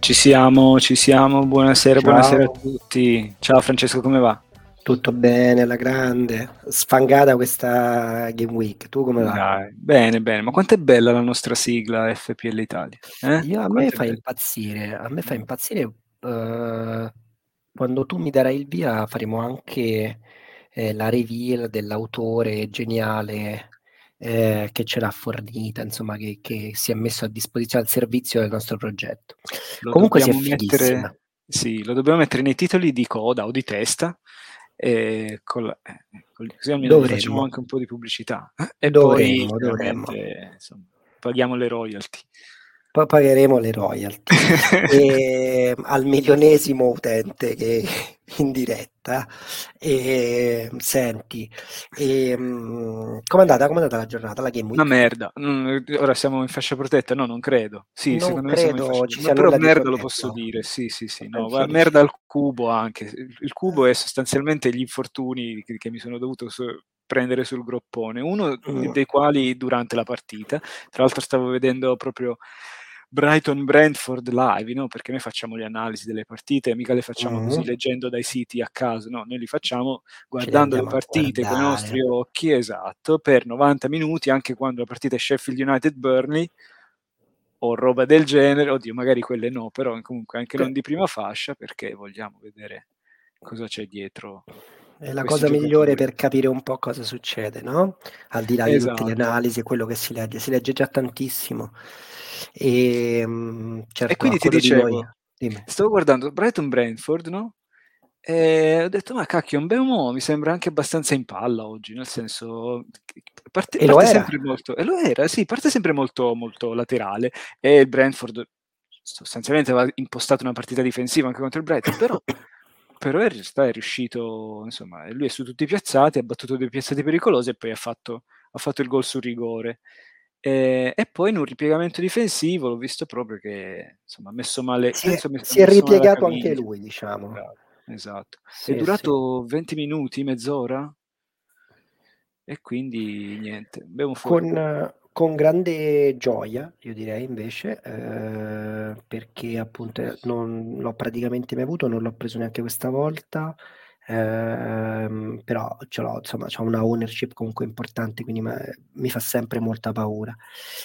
Ci siamo, buonasera a Ciao, tutti. Ciao Francesco, come va? tutto bene alla grande? Sfangata questa Game Week, tu come va? Dai, bene, bene, ma quanto è bella la nostra sigla FPL Italia, eh? A me Quanto è fa bella. impazzire, a me fa Mm. impazzire, quando tu mi darai il via faremo anche la reveal dell'autore geniale che ce l'ha fornita, insomma, che si è messo a disposizione al servizio del nostro progetto. Lo Comunque si è dobbiamo fighissima. mettere, sì, lo dobbiamo mettere nei titoli di coda o di testa, così almeno gli facciamo Dovremmo, anche un po' di pubblicità. E poi dovremmo. chiaramente, insomma, paghiamo le royalty. Poi pagheremo le royalty. Al milionesimo utente che in diretta. Senti, com'è andata? Com'è andata la giornata, la Game Una Week? merda. Ora siamo in fascia protetta? No, non credo. Sì, Non secondo me siamo in fascia credo ci protetta. Ma sia però nulla di merda lo posso protetto. dire. Sì, sì, sì. No, Anch'io merda dicevo. al cubo anche. Il cubo è sostanzialmente gli infortuni che mi sono dovuto prendere sul groppone. Uno Mm, dei quali durante la partita. Tra l'altro stavo vedendo proprio Brighton Brentford live, no? Perché noi facciamo le analisi delle partite, mica le facciamo così mm, leggendo dai siti a caso, no? Noi li facciamo ce li guardando le andiamo a partite con i nostri guardare. occhi, esatto, per 90 minuti, anche quando la partita è Sheffield United-Burnley o roba del genere, oddio, magari quelle no, però comunque anche non Que- di prima fascia, perché vogliamo vedere cosa c'è dietro È la questi cosa migliore giocatori. per capire un po' cosa succede, no? Al di là di tutte le Esatto. analisi e quello che si legge già tantissimo. E Certo, a quindi ti quello di noi. dicevo, Dimmi. stavo guardando Brighton Brentford, no? E ho detto, ma cacchio, un bel uomo, mi sembra anche abbastanza in palla oggi, nel senso, E lo parte era. sempre molto, e lo era, sì, parte sempre molto, molto laterale, e il Brentford sostanzialmente aveva impostato una partita difensiva anche contro il Brighton, però in realtà è riuscito, insomma, lui è su tutti i piazzati, ha battuto due piazzati pericolosi e poi ha fatto il gol su rigore. E poi in un ripiegamento difensivo l'ho visto proprio che insomma, ha messo male, penso ha Si è messo male la ripiegato anche caviglia. lui, diciamo. Bravo, esatto. È Sì, sì. durato 20 minuti, mezz'ora, e quindi niente, abbiamo fuori. Con grande gioia, io direi invece, perché appunto non l'ho praticamente mai avuto, non l'ho preso neanche questa volta, però ce l'ho, insomma, c'ho una ownership comunque importante, quindi mi fa sempre molta paura.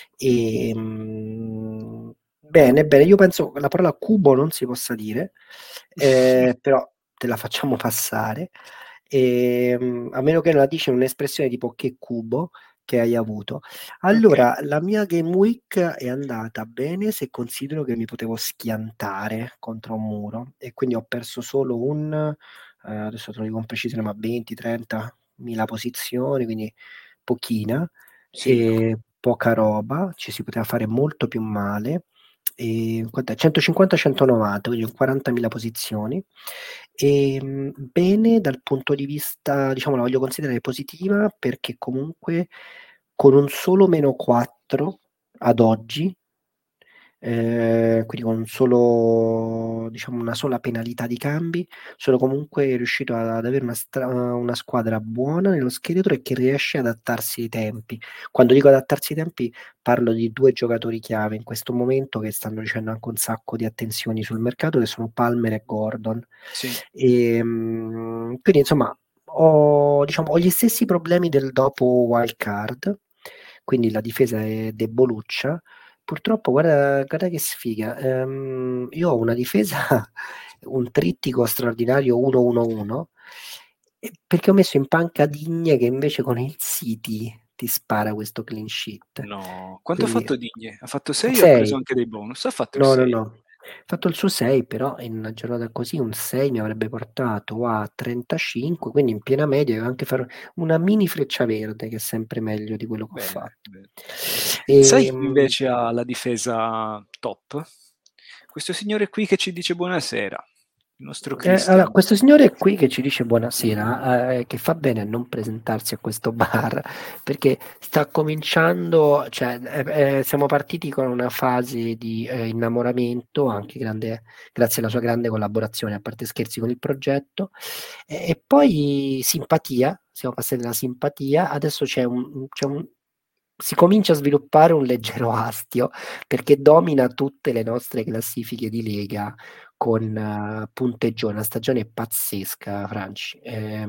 Bene, bene, io penso che la parola cubo non si possa dire, però te la facciamo passare. A meno che non la dici in un'espressione tipo che cubo che hai avuto. Ok, Allora, la mia Game Week è andata bene se considero che mi potevo schiantare contro un muro e quindi ho perso solo adesso te lo dico con precisione, ma 20-30 mila posizioni, quindi pochina sì, e poca roba, ci si poteva fare molto più male. E, quant'è? 150-190, quindi 40.000 posizioni. Bene dal punto di vista, diciamo, la voglio considerare positiva perché comunque con un solo meno 4 ad oggi, quindi con un solo, diciamo, una sola penalità di cambi, sono comunque riuscito ad avere una squadra buona nello scheletro e che riesce ad adattarsi ai tempi. Quando dico adattarsi ai tempi, parlo di due giocatori chiave in questo momento che stanno ricevendo anche un sacco di attenzioni sul mercato, che sono Palmer e Gordon. sì. Quindi insomma diciamo, ho gli stessi problemi del dopo wild card, quindi la difesa è deboluccia. Purtroppo, guarda che sfiga. Io ho una difesa, un trittico straordinario 1-1-1, perché ho messo in panca Digne che invece con il City ti spara questo clean sheet. No, quanto ha Quindi fatto Digne? Ha fatto 6 o ha 6. preso anche dei bonus? Ha fatto il No, no, 6. no. Ha fatto il suo 6, però in una giornata così un 6 mi avrebbe portato a 35, quindi in piena media devo anche fare una mini freccia verde, che è sempre meglio di quello che ho Bene, fatto. bene. Sai chi Ehm, invece ha la difesa top? Questo signore qui che ci dice buonasera, il nostro allora, Christian. questo signore qui che ci dice buonasera, che fa bene a non presentarsi a questo bar, perché sta cominciando, cioè, siamo partiti con una fase di innamoramento, anche grazie alla sua grande collaborazione, a parte scherzi, con il progetto, e poi simpatia, siamo passati dalla simpatia, adesso c'è un si comincia a sviluppare un leggero astio perché domina tutte le nostre classifiche di Lega con punteggione, una stagione pazzesca, Franci.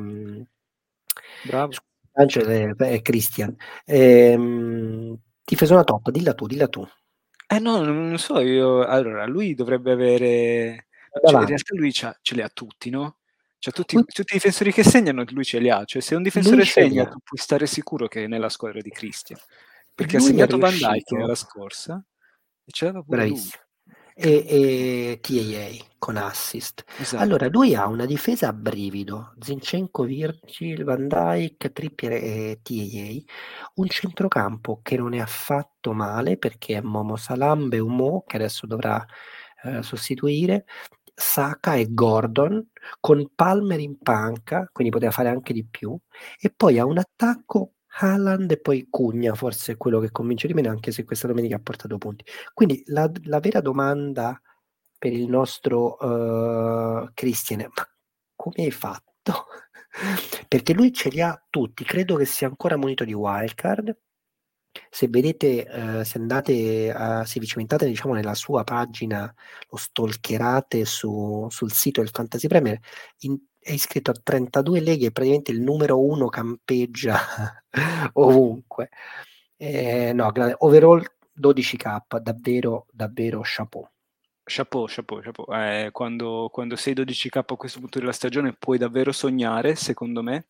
Bravo. Franci è Christian. Difesa una top, dilla tu. No, non so io. Allora, lui dovrebbe avere, cioè in Davanti. realtà lui ce li ha tutti, no? Cioè Lui, tutti i difensori che segnano lui ce li ha. Cioè se un lui difensore ce li segna ha. tu puoi stare sicuro che è nella squadra di Christian. Perché ha Lui è segnato Van Dijk riuscito. nella scorsa e ce l'aveva pure lui. Bravissimo. Cavolo. E TAA con assist. Allora, Esatto. lui ha una difesa a brivido. Zinchenko, Virgil, Van Dijk, Trippier e TAA. Un centrocampo che non è affatto male perché è Momo Salam, Mbeumo, che adesso dovrà sostituire, Saka e Gordon, con Palmer in panca, quindi poteva fare anche di più. E poi ha un attacco Haaland e poi Cugna, forse è quello che convince di meno, anche se questa domenica ha portato punti. Quindi la vera domanda per il nostro Christian è: ma come hai fatto? Perché lui ce li ha tutti, credo che sia ancora munito di wildcard. Se vedete, se andate, se vi cimentate diciamo nella sua pagina, lo stalkerate sul sito del Fantasy Premier, è iscritto a 32 leghe e praticamente il numero uno campeggia ovunque. No, overall 12k, davvero, davvero chapeau. Chapeau, chapeau, chapeau. Quando sei 12K a questo punto della stagione puoi davvero sognare, secondo me.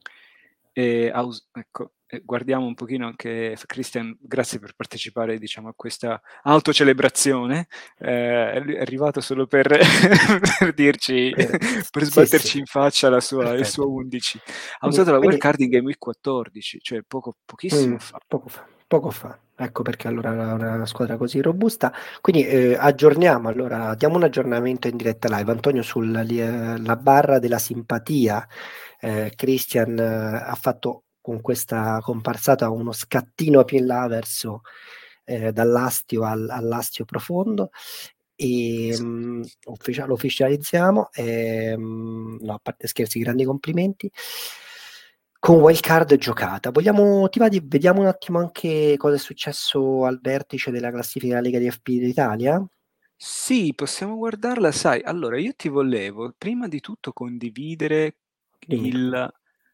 Ecco, guardiamo un pochino anche Christian, grazie per partecipare, diciamo, a questa autocelebrazione. È arrivato solo per, per dirci, per Sì, sì, sbatterci in faccia il perfetto. suo 11. Ha Quindi, usato la quindi wildcard in Game Week 14, cioè pochissimo fa. Poco fa, poco fa. Ecco perché allora era una squadra così robusta. Quindi aggiorniamo, allora diamo un aggiornamento in diretta live. Antonio sulla la barra della simpatia. Christian ha fatto con questa comparsata uno scattino più in là verso dall'astio all'astio profondo. E lo ufficializziamo. No, a parte scherzi, grandi complimenti. Con wildcard giocata. Ti va di vediamo un attimo anche cosa è successo al vertice della classifica della Lega di FP d'Italia? Sì, possiamo guardarla, sai. Allora, io ti volevo prima di tutto condividere Dimmi. il,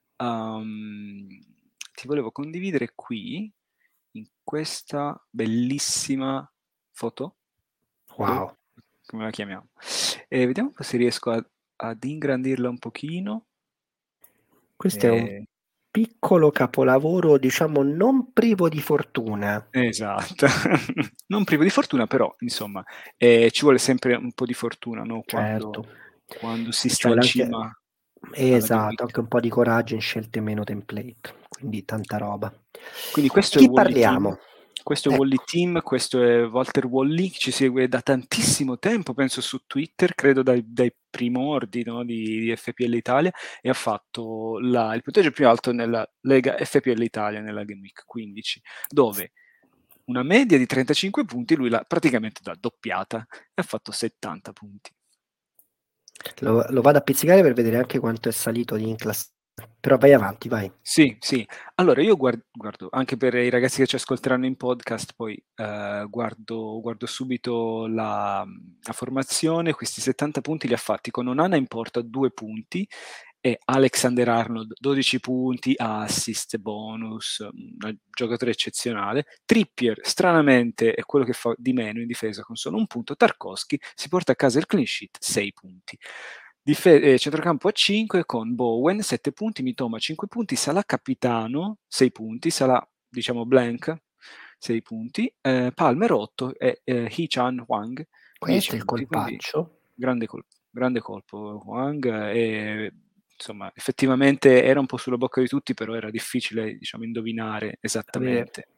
um, ti volevo condividere qui, in questa bellissima foto, Wow. come la chiamiamo? E vediamo un po' se riesco ad ingrandirla un pochino. Questo è un Eh, piccolo capolavoro, diciamo, non privo di fortuna. esatto, non privo di fortuna, però insomma ci vuole sempre un po' di fortuna, no? Certo. Quando si Ci sta vuole in anche, cima alla Game esatto, Week. anche un po' di coraggio in scelte meno template, quindi tanta roba. Quindi Di questo è chi Wally Team, parliamo? Ecco, questo è Walter Wally, ci segue da tantissimo tempo, penso su Twitter, credo dai primordi, no, di FPL Italia, e ha fatto il punteggio più alto nella Lega FPL Italia nella Game Week 15, dove una media di 35 punti lui l'ha praticamente doppiata e ha fatto 70 punti. lo vado a pizzicare per vedere anche quanto è salito in classe. Però vai avanti, vai. Sì, sì. Allora io guardo, anche per i ragazzi che ci ascolteranno in podcast, poi guardo subito la formazione. Questi 70 punti li ha fatti con Onana in porta 2 punti e Alexander-Arnold 12 punti, assist, bonus, un giocatore eccezionale. Trippier, stranamente, è quello che fa di meno in difesa con solo un punto. Tarkowski si porta a casa il clean sheet, 6 punti. Centrocampo a 5 con Bowen 7 punti, Mitoma 5 punti, Salah capitano 6 punti, Salah diciamo blank 6 punti, Palmer 8 e Hee-chan Hwang 10 Questo è il punti, quindi colpaccio. grande colpo Hwang e insomma effettivamente era un po' sulla bocca di tutti, però era difficile diciamo indovinare Avere esattamente.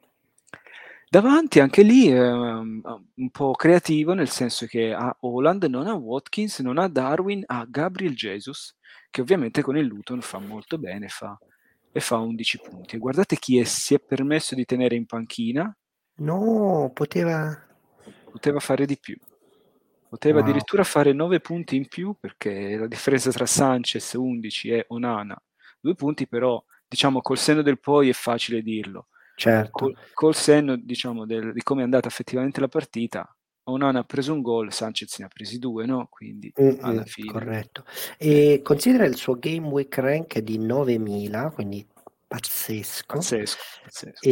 Davanti anche lì un po' creativo, nel senso che ha Haaland, non ha Watkins, non ha Darwin, ha Gabriel Jesus, che ovviamente con il Luton fa molto bene, e fa 11 punti. E guardate si è permesso di tenere in panchina, No, poteva. poteva fare di più. Poteva Wow. addirittura fare 9 punti in più, perché la differenza tra Sanchez 11 e Onana 2 punti, però diciamo col senno del poi è facile dirlo. certo. Col senno, diciamo, di come è andata effettivamente la partita, Onana ha preso un gol, Sanchez ne ha presi 2, no? Quindi alla fine Corretto. eh, E considera il suo game week rank di 9000, quindi pazzesco. pazzesco, pazzesco.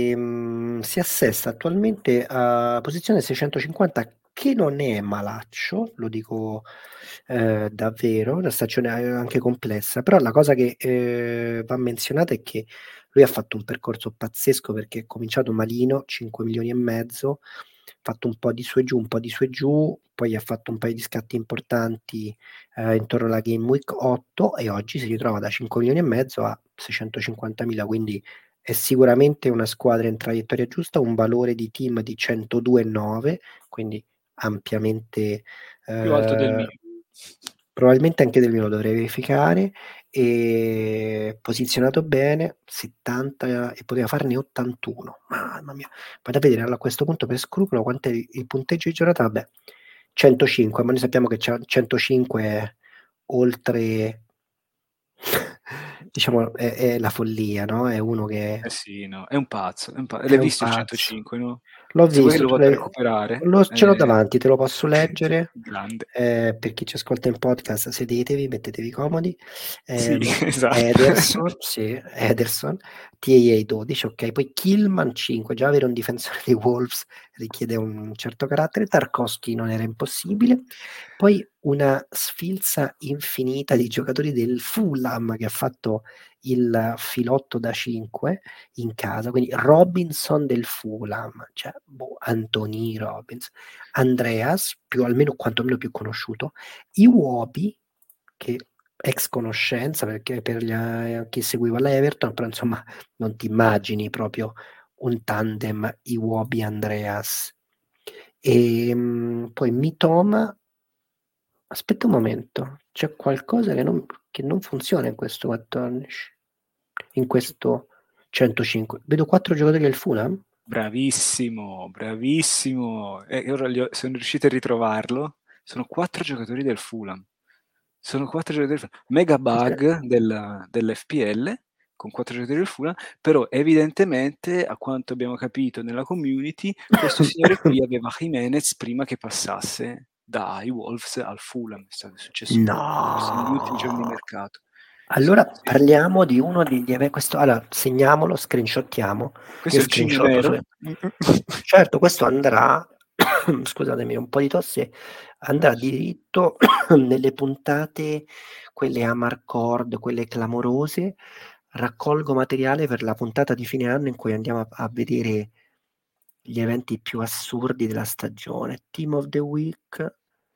Si assesta attualmente a posizione 650, che non è malaccio, lo dico davvero, una stagione anche complessa, però la cosa che va menzionata è che lui ha fatto un percorso pazzesco, perché è cominciato malino, 5 milioni e mezzo, ha fatto un po' di su e giù, un po' di su e giù, poi ha fatto un paio di scatti importanti intorno alla Game Week 8, e oggi si ritrova da 5 milioni e mezzo a 650.000, quindi è sicuramente una squadra in traiettoria giusta, un valore di team di 102,9, quindi ampiamente, Più alto del mio. probabilmente anche del mio, lo dovrei verificare, e posizionato bene, 70, e poteva farne 81. Mamma mia, vado a vedere allora, a questo punto per scrupolo quanto è il punteggio di giornata. Vabbè, 105, ma noi sappiamo che 105 è oltre, diciamo, è la follia, no? È uno che Eh sì, no, è un pazzo, è L'hai un visto il pazzo. 105, no? L'ho Se vuoi che visto, lo vado a recuperare, ce l'ho davanti, te lo posso leggere. grande. Per chi ci ascolta in podcast, sedetevi, mettetevi comodi. Sì, esatto. Ederson, sì, Ederson, TAA 12, ok. Poi Killman 5, già avere un difensore dei Wolves richiede un certo carattere. Tarkovsky non era impossibile. Poi una sfilza infinita di giocatori del Fulham che ha fatto il filotto da 5 in casa, quindi Robinson del Fulham, cioè, Anthony Robbins, Andreas, più almeno quantomeno più conosciuto, Iwobi, che ex conoscenza, perché per chi seguiva l'Everton, però insomma non ti immagini proprio un tandem Iwobi-Andreas. E poi Mitoma, aspetta un momento, c'è qualcosa che non funziona in questo 14, in questo 105. Vedo 4 giocatori del Fulham? Bravissimo, bravissimo. E ora sono riuscito a ritrovarlo. Sono 4 giocatori del Fulham. Sono 4 giocatori del Fulham. Mega Ok. bug dell'FPL con 4 giocatori del Fulham, però evidentemente, a quanto abbiamo capito nella community, questo signore qui aveva Jimenez prima che passasse dai Wolves al Fulham. È successo forse negli ultimi giorni di No. mercato. Sì, Allora sì. parliamo di uno degli questo, allora segniamolo, screenshottiamo. Io Questo è il cigno screenshotto nero. certo, questo andrà, scusatemi, un po' di tosse, andrà diritto nelle puntate, quelle Amarcord, quelle clamorose. Raccolgo materiale per la puntata di fine anno in cui andiamo a vedere gli eventi più assurdi della stagione. Team of the Week,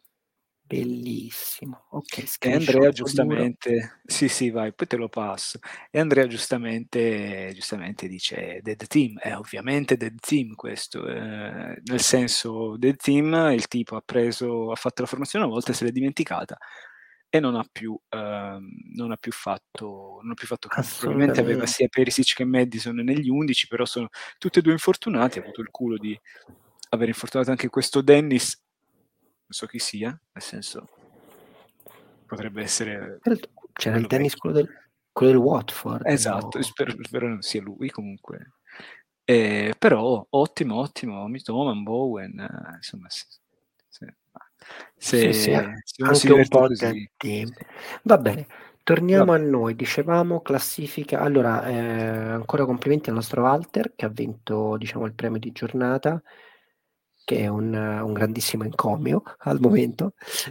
bellissimo. Ok, E Andrea screenshot duro. giustamente, sì, sì, vai, poi te lo passo. E Andrea giustamente dice Dead Team, è ovviamente Dead Team questo, nel senso Dead Team, il tipo ha fatto la formazione una volta, se l'è dimenticata e non ha più fatto campo. Probabilmente aveva Assolutamente. sia Perisic che Madison negli 11, però sono tutti e due infortunati, ha avuto il culo di aver infortunato anche questo Dennis, non so chi sia, nel senso potrebbe essere C'era il quello tennis, vecchio. quello del Watford, Esatto, no? spero non sia lui comunque. Però ottimo, ottimo, Mitoma, Bowen, insomma, se, Sì, sì, se uno si anche un diverte po' del così, team. sì. Va bene, Va torniamo a bene. noi. Dicevamo classifica. Allora, ancora complimenti al nostro Walter che ha vinto, diciamo, il premio di giornata, che è un grandissimo encomio al momento.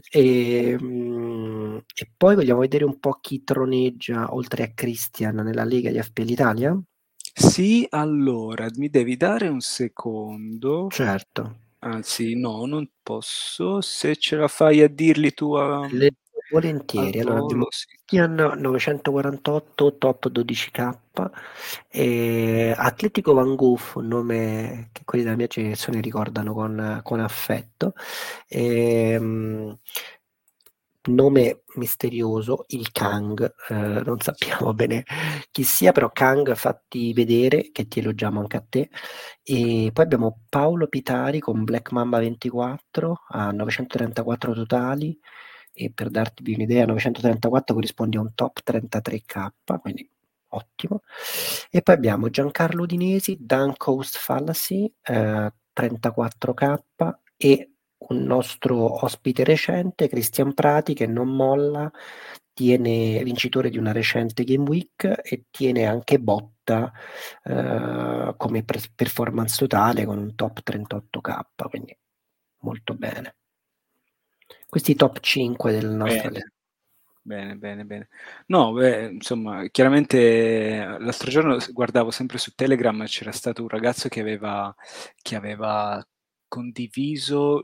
E poi vogliamo vedere un po' chi troneggia oltre a Christian nella Lega di FPL Italia? Sì, allora, mi devi dare un secondo, Certo. anzi no, non posso, se ce la fai a dirli tu al Volentieri. Allora abbiamo volo, sì. Christian 948, top 12k, Atletico Van Gogh, un nome che quelli della mia generazione ricordano con affetto. Ehm, Nome misterioso, il Kang, non sappiamo bene chi sia, però Kang, fatti vedere, che ti elogiamo anche a te. E poi abbiamo Paolo Pitari con Black Mamba 24 a 934 totali, e per darti un'idea, 934 corrisponde a un top 33k, quindi ottimo. E poi abbiamo Giancarlo Udinesi, Dunk Coast Fallacy, 34K, e un nostro ospite recente, Cristian Prati, che non molla, tiene vincitore di una recente Game Week e tiene anche botta come performance totale con un top 38K, quindi molto bene. Questi top 5 del nostro Bene. Bene. No, insomma, chiaramente l'altro giorno guardavo sempre su Telegram, c'era stato un ragazzo che aveva condiviso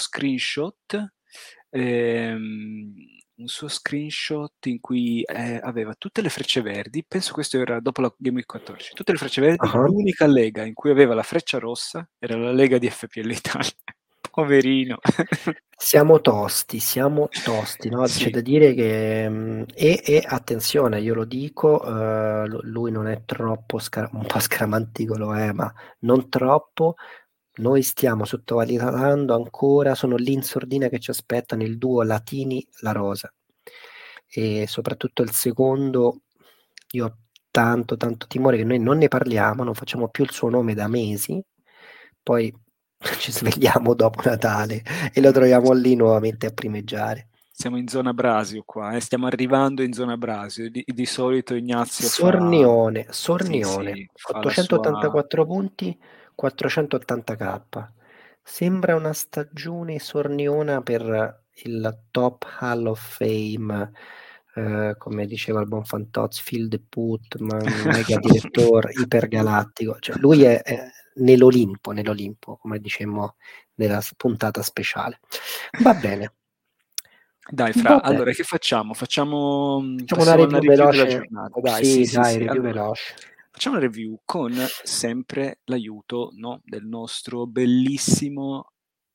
ehm, un suo screenshot in cui aveva tutte le frecce verdi, penso questo era dopo la Game Week 14, tutte le frecce verdi, Uh-huh. l'unica lega in cui aveva la freccia rossa era la lega di FPL Italia. Poverino. Siamo tosti, no? C'è Sì. da dire che e attenzione, io lo dico, lui non è troppo un po' scaramantico lo è, ma non troppo. Noi stiamo sottovalutando ancora, sono lì in sordina che ci aspettano il duo Latini-La Rosa, e soprattutto il secondo, io ho tanto timore che noi non ne parliamo, non facciamo più il suo nome da mesi, poi ci svegliamo dopo Natale e lo troviamo lì nuovamente a primeggiare. Siamo in zona Brasio qua, stiamo arrivando in zona Brasio. Di solito Ignazio Sornione, fa la sua... 884 punti, 480k. Sembra una stagione sorniona per il top Hall of Fame, come diceva il buon Fantozzi, Field Putman, mega direttore ipergalattico. Cioè, lui è nell'Olimpo, come dicemmo nella puntata speciale. Va bene. Dai, Va Fra, bene. allora che facciamo? Facciamo una Passiamo alla review review della veloce. giornata. Dai, Sì, dai, sì. review Allora, veloce. facciamo una review con sempre l'aiuto, no, del nostro bellissimo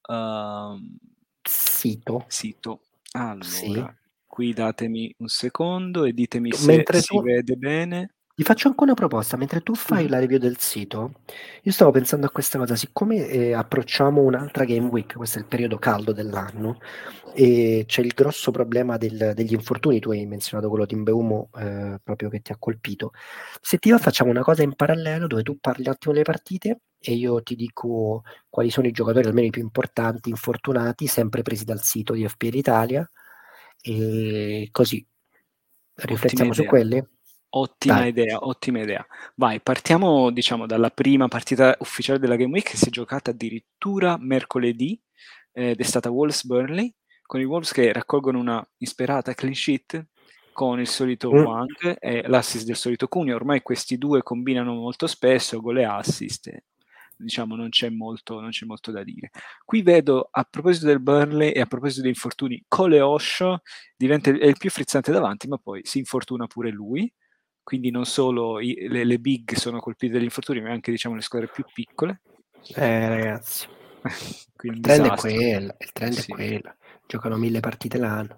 Sito. sito. Sì. Allora, qui datemi un secondo e ditemi se Mentre si tu vede bene. Ti faccio anche una proposta, mentre tu fai Mhm. la review del sito, io stavo pensando a questa cosa, siccome approcciamo un'altra Game Week, questo è il periodo caldo dell'anno, e c'è il grosso problema degli infortuni, tu hai menzionato quello di Mbeumo proprio che ti ha colpito, se ti va facciamo una cosa in parallelo dove tu parli un attimo delle partite e io ti dico quali sono i giocatori, almeno i più importanti, infortunati, sempre presi dal sito di FPL Italia, e così Ottima riflettiamo su idea. quelli? Ottima Dai. idea, ottima idea. Vai, partiamo diciamo dalla prima partita ufficiale della Game Week che si è giocata addirittura mercoledì ed è stata Wolves-Burnley, con i Wolves che raccolgono una insperata clean sheet con il solito Mm. Wang e l'assist del solito Cunha. Ormai questi due combinano molto spesso gol e assist, e, diciamo non c'è molto da dire. Qui vedo, a proposito del Burnley e a proposito dei infortuni, Cole Osho è il più frizzante davanti, ma poi si infortuna pure lui, quindi non solo le big sono colpite dagli infortuni, ma anche diciamo le squadre più piccole. Ragazzi, Qui il un trend è disastro. quello, il trend è Sì. quello. Giocano 1000 partite l'anno.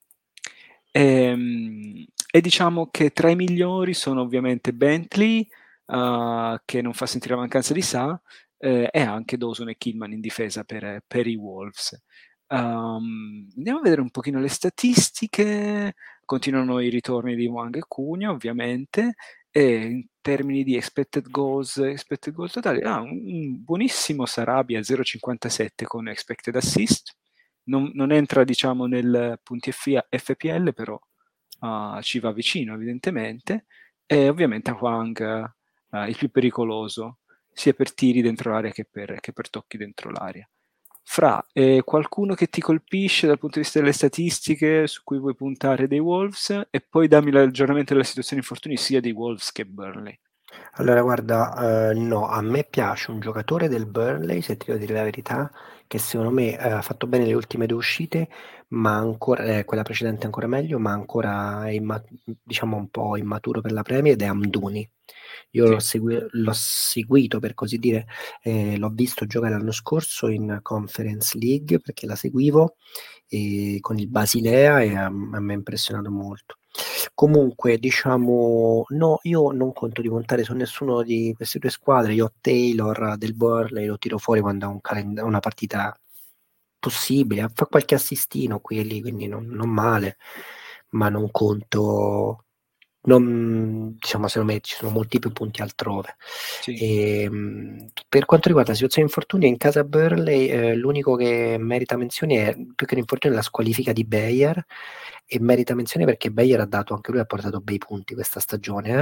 E diciamo che tra i migliori sono ovviamente Bentley, che non fa sentire la mancanza di Sa, e anche Dawson e Killman in difesa per i Wolves. Andiamo a vedere un pochino le statistiche. Continuano i ritorni di Wang e Cunha, ovviamente, e in termini di expected goals totali, un buonissimo Sarabia 0,57 con expected assist. Non entra diciamo nel punti FPL, però ci va vicino evidentemente, e ovviamente Hwang il più pericoloso, sia per tiri dentro l'area che per tocchi dentro l'area. Fra, qualcuno che ti colpisce dal punto di vista delle statistiche su cui vuoi puntare dei Wolves, e poi dammi l'aggiornamento della situazione infortuni sia dei Wolves che Burnley. Allora, guarda, no, a me piace un giocatore del Burnley, se ti devo dire la verità, che secondo me ha fatto bene le ultime due uscite, ma ancora, quella precedente ancora meglio, ma ancora è diciamo un po' immaturo per la Premier, ed è Amdouni. Io Sì. l'ho seguito, per così dire, l'ho visto giocare l'anno scorso in Conference League perché la seguivo con il Basilea, e a me ha impressionato molto. Comunque, diciamo, no, io non conto di puntare su nessuno di queste due squadre. Io Taylor del Burnley lo tiro fuori quando ha una partita possibile, fa qualche assistino qui e lì, quindi non male, ma non conto diciamo, secondo me ci sono molti più punti altrove. Sì. Per quanto riguarda la situazione di infortunio in casa Burnley, l'unico che merita menzione è più che l'infortunio è la squalifica di Beyer, e merita menzione perché Beyer ha dato, anche lui ha portato bei punti questa stagione.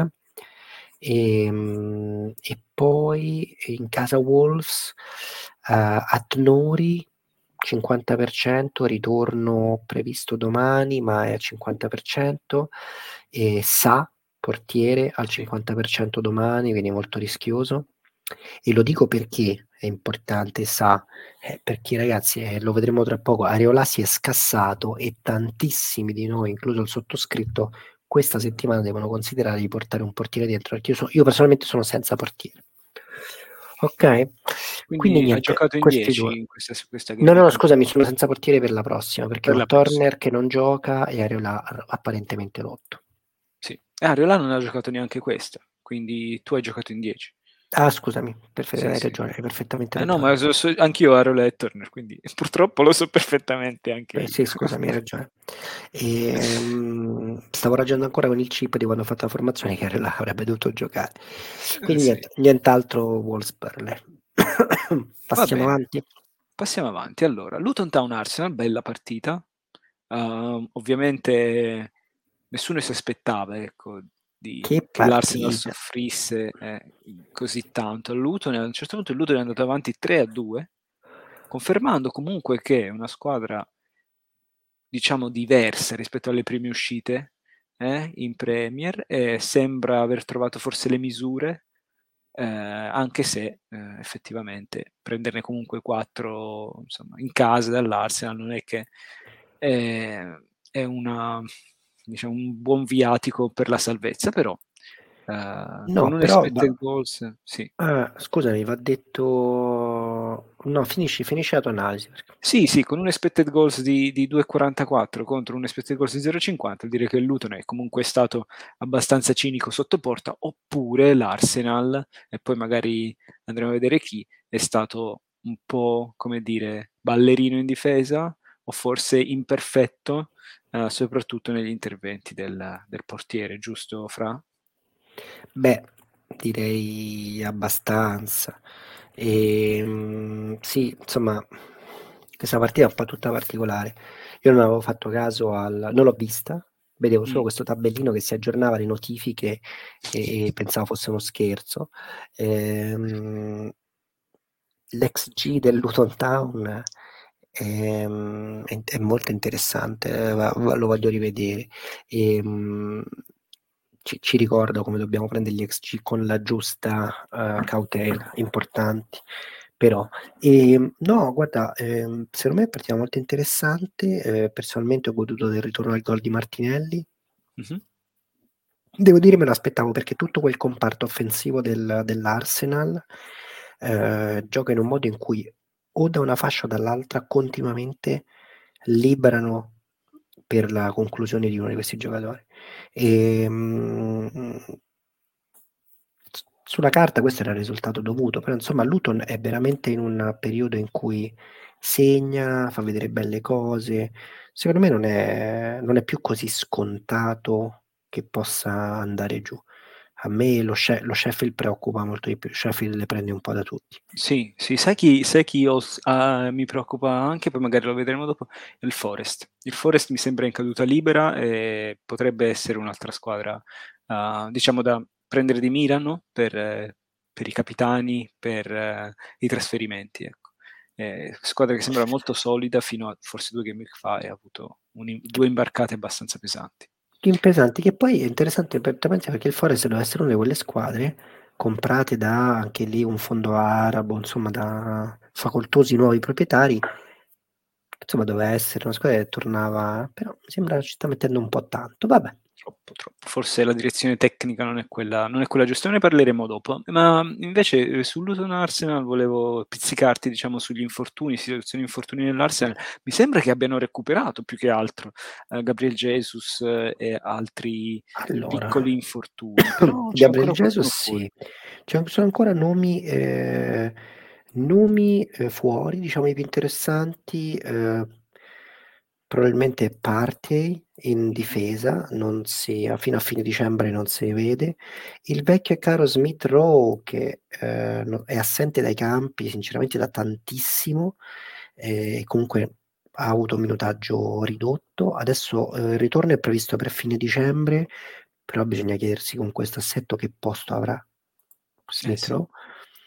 E poi in casa Wolves, Atnori 50%, ritorno previsto domani, ma è al 50%, e Sa, portiere, al Sì. 50% domani, quindi molto rischioso. E lo dico perché è importante, Sa, perché ragazzi, lo vedremo tra poco, Areola si è scassato e tantissimi di noi, incluso il sottoscritto, questa settimana devono considerare di portare un portiere dentro, perché io personalmente sono senza portiere. Ok? Quindi Quindi ha niente, giocato in questi 10 due. in questa No, game no, no, qui, scusami, sono senza portiere per la prossima, perché per ho la prossima. Turner che non gioca e Areola apparentemente rotto. Sì. E Areola non ha giocato neanche questa, quindi tu hai giocato in 10. Ah, scusami, Sì, hai sì. ragione, hai perfettamente No, ma ragione. anch'io ho Areola e Turner, quindi purtroppo lo so perfettamente anche io. Sì, scusami, hai ragione. Stavo ragionando ancora con il chip di quando ho fatto la formazione che Areola avrebbe dovuto giocare. Quindi Sì. nient'altro Wolves-Burnley. Va Passiamo bene, avanti. passiamo avanti. Allora, Luton Town Arsenal, bella partita. Ovviamente nessuno si aspettava, ecco, Che che l'Arsenal partita. soffrisse così tanto. Luton, a un certo punto il Luton è andato avanti 3-2, confermando comunque che è una squadra, diciamo, diversa rispetto alle prime uscite in Premier, e sembra aver trovato forse le misure, anche se effettivamente prenderne comunque 4 insomma, in casa dall'Arsenal non è che è una, diciamo, un buon viatico per la salvezza, però con No, un però expected goals, sì. scusami, va detto. No, finisci la tua analisi. Sì, sì, con un expected goals di 2,44 contro un expected goals di 0,50, direi che il Luton è comunque stato abbastanza cinico sotto porta, oppure l'Arsenal, e poi magari andremo a vedere chi, è stato un po', come dire, ballerino in difesa, o forse imperfetto, soprattutto negli interventi del portiere, giusto Fra? Beh, direi abbastanza. Sì, insomma, questa partita è un po' tutta particolare. Io non avevo fatto caso non l'ho vista, vedevo solo Mm. questo tabellino che si aggiornava le notifiche e pensavo fosse uno scherzo. L'XG del Luton Town è molto interessante, lo voglio rivedere. Ehm, ci ricorda come dobbiamo prendere gli XG con la giusta cautela, importanti. Però, no, guarda, secondo me è partita molto interessante. Personalmente ho goduto del ritorno al gol di Martinelli. Mhm. Devo dire, me lo aspettavo perché tutto quel comparto offensivo dell'Arsenal gioca in un modo in cui o da una fascia o dall'altra continuamente liberano per la conclusione di uno di questi giocatori. E, sulla carta questo era il risultato dovuto, però insomma Luton è veramente in un periodo in cui segna, fa vedere belle cose. Secondo me non è più così scontato che possa andare giù. A me lo Sheffield preoccupa molto di più, Sheffield le prende un po' da tutti. Sì, sì, sai chi mi preoccupa anche, poi magari lo vedremo dopo, il Forest. Il Forest mi sembra in caduta libera e potrebbe essere un'altra squadra, diciamo, da prendere di mira, no? Per i capitani, per i trasferimenti, ecco. Squadra che sembra molto solida fino a forse 2 game week fa e ha avuto due imbarcate abbastanza pesanti. Team pesanti, che poi è interessante prettamente perché il Forest deve essere una di quelle squadre comprate da anche lì un fondo arabo, insomma da facoltosi nuovi proprietari. Insomma, doveva essere una squadra che tornava, però mi sembra ci sta mettendo un po' tanto. Vabbè, Troppo, troppo. Forse la direzione tecnica non è quella giusta, ne parleremo dopo. Ma invece su Luton Arsenal volevo pizzicarti, diciamo, sugli infortuni, situazioni infortuni nell'Arsenal. Mi sembra che abbiano recuperato più che altro Gabriel Jesus e altri allora, piccoli infortuni, però c'è Gabriel ancora Jesus qualcuno fuori. sì, sono ancora nomi fuori, diciamo i più interessanti. probabilmente Partey in difesa, fino a fine dicembre non si vede. Il vecchio e caro Smith Rowe che è assente dai campi sinceramente da tantissimo, comunque ha avuto un minutaggio ridotto. Adesso il ritorno è previsto per fine dicembre, però bisogna chiedersi con questo assetto che posto avrà Smith Sì. Rowe.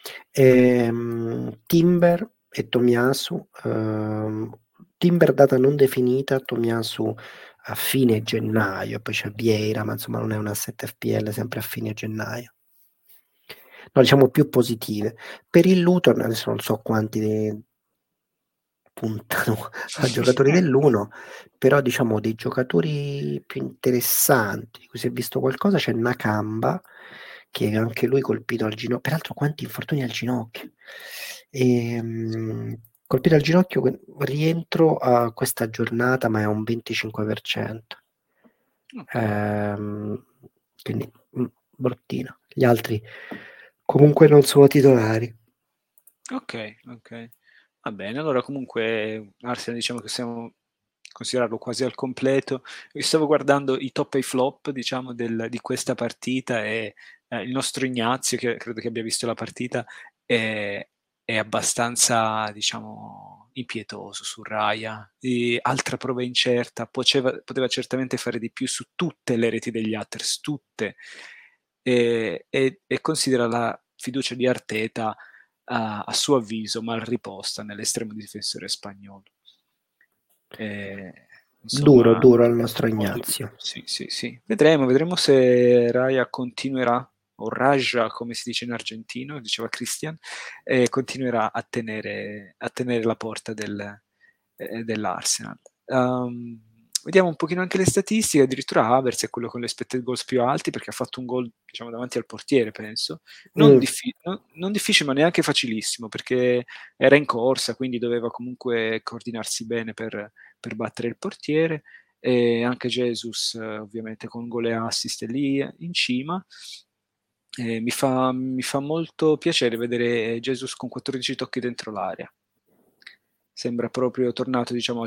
Timber e Tomiyasu, Timber data non definita, Tomiyasu a fine gennaio, poi c'è Vieira, ma insomma non è un asset FPL, sempre a fine gennaio. No, diciamo più positive. Per il Luton, adesso non so quanti puntano a giocatori dell'1, però diciamo dei giocatori più interessanti, di cui si è visto qualcosa, c'è Nakamba, che anche lui colpito al ginocchio, peraltro quanti infortuni al ginocchio. Colpito al ginocchio, rientro a questa giornata, ma è un 25%. Ok. Quindi bruttino. Gli altri comunque non sono titolari. Ok, ok. Va bene, allora comunque Arsenal diciamo che possiamo considerarlo quasi al completo. Io stavo guardando i top e i flop, diciamo, di questa partita e il nostro Ignazio, che credo che abbia visto la partita, è, è abbastanza, diciamo, impietoso su Raya. E altra prova incerta, poteva certamente fare di più su tutte le reti degli Hatters, tutte. E considera la fiducia di Arteta a suo avviso mal riposta nell'estremo difensore spagnolo. Eh, Duro, insomma, duro al nostro molto Ignazio. sì, sì, sì. Vedremo se Raya continuerà, o Raja come si dice in argentino, diceva Christian, continuerà a tenere la porta dell'Arsenal. Vediamo un pochino anche le statistiche, addirittura Havertz è quello con le expected goals più alti perché ha fatto un gol, diciamo, davanti al portiere, penso. Mm. Non difficile, ma neanche facilissimo, perché era in corsa, quindi doveva comunque coordinarsi bene per battere il portiere. E anche Jesus, ovviamente, con gol e assist è lì in cima. Mi fa molto piacere vedere Jesus con 14 tocchi dentro l'area. Sembra proprio tornato, diciamo,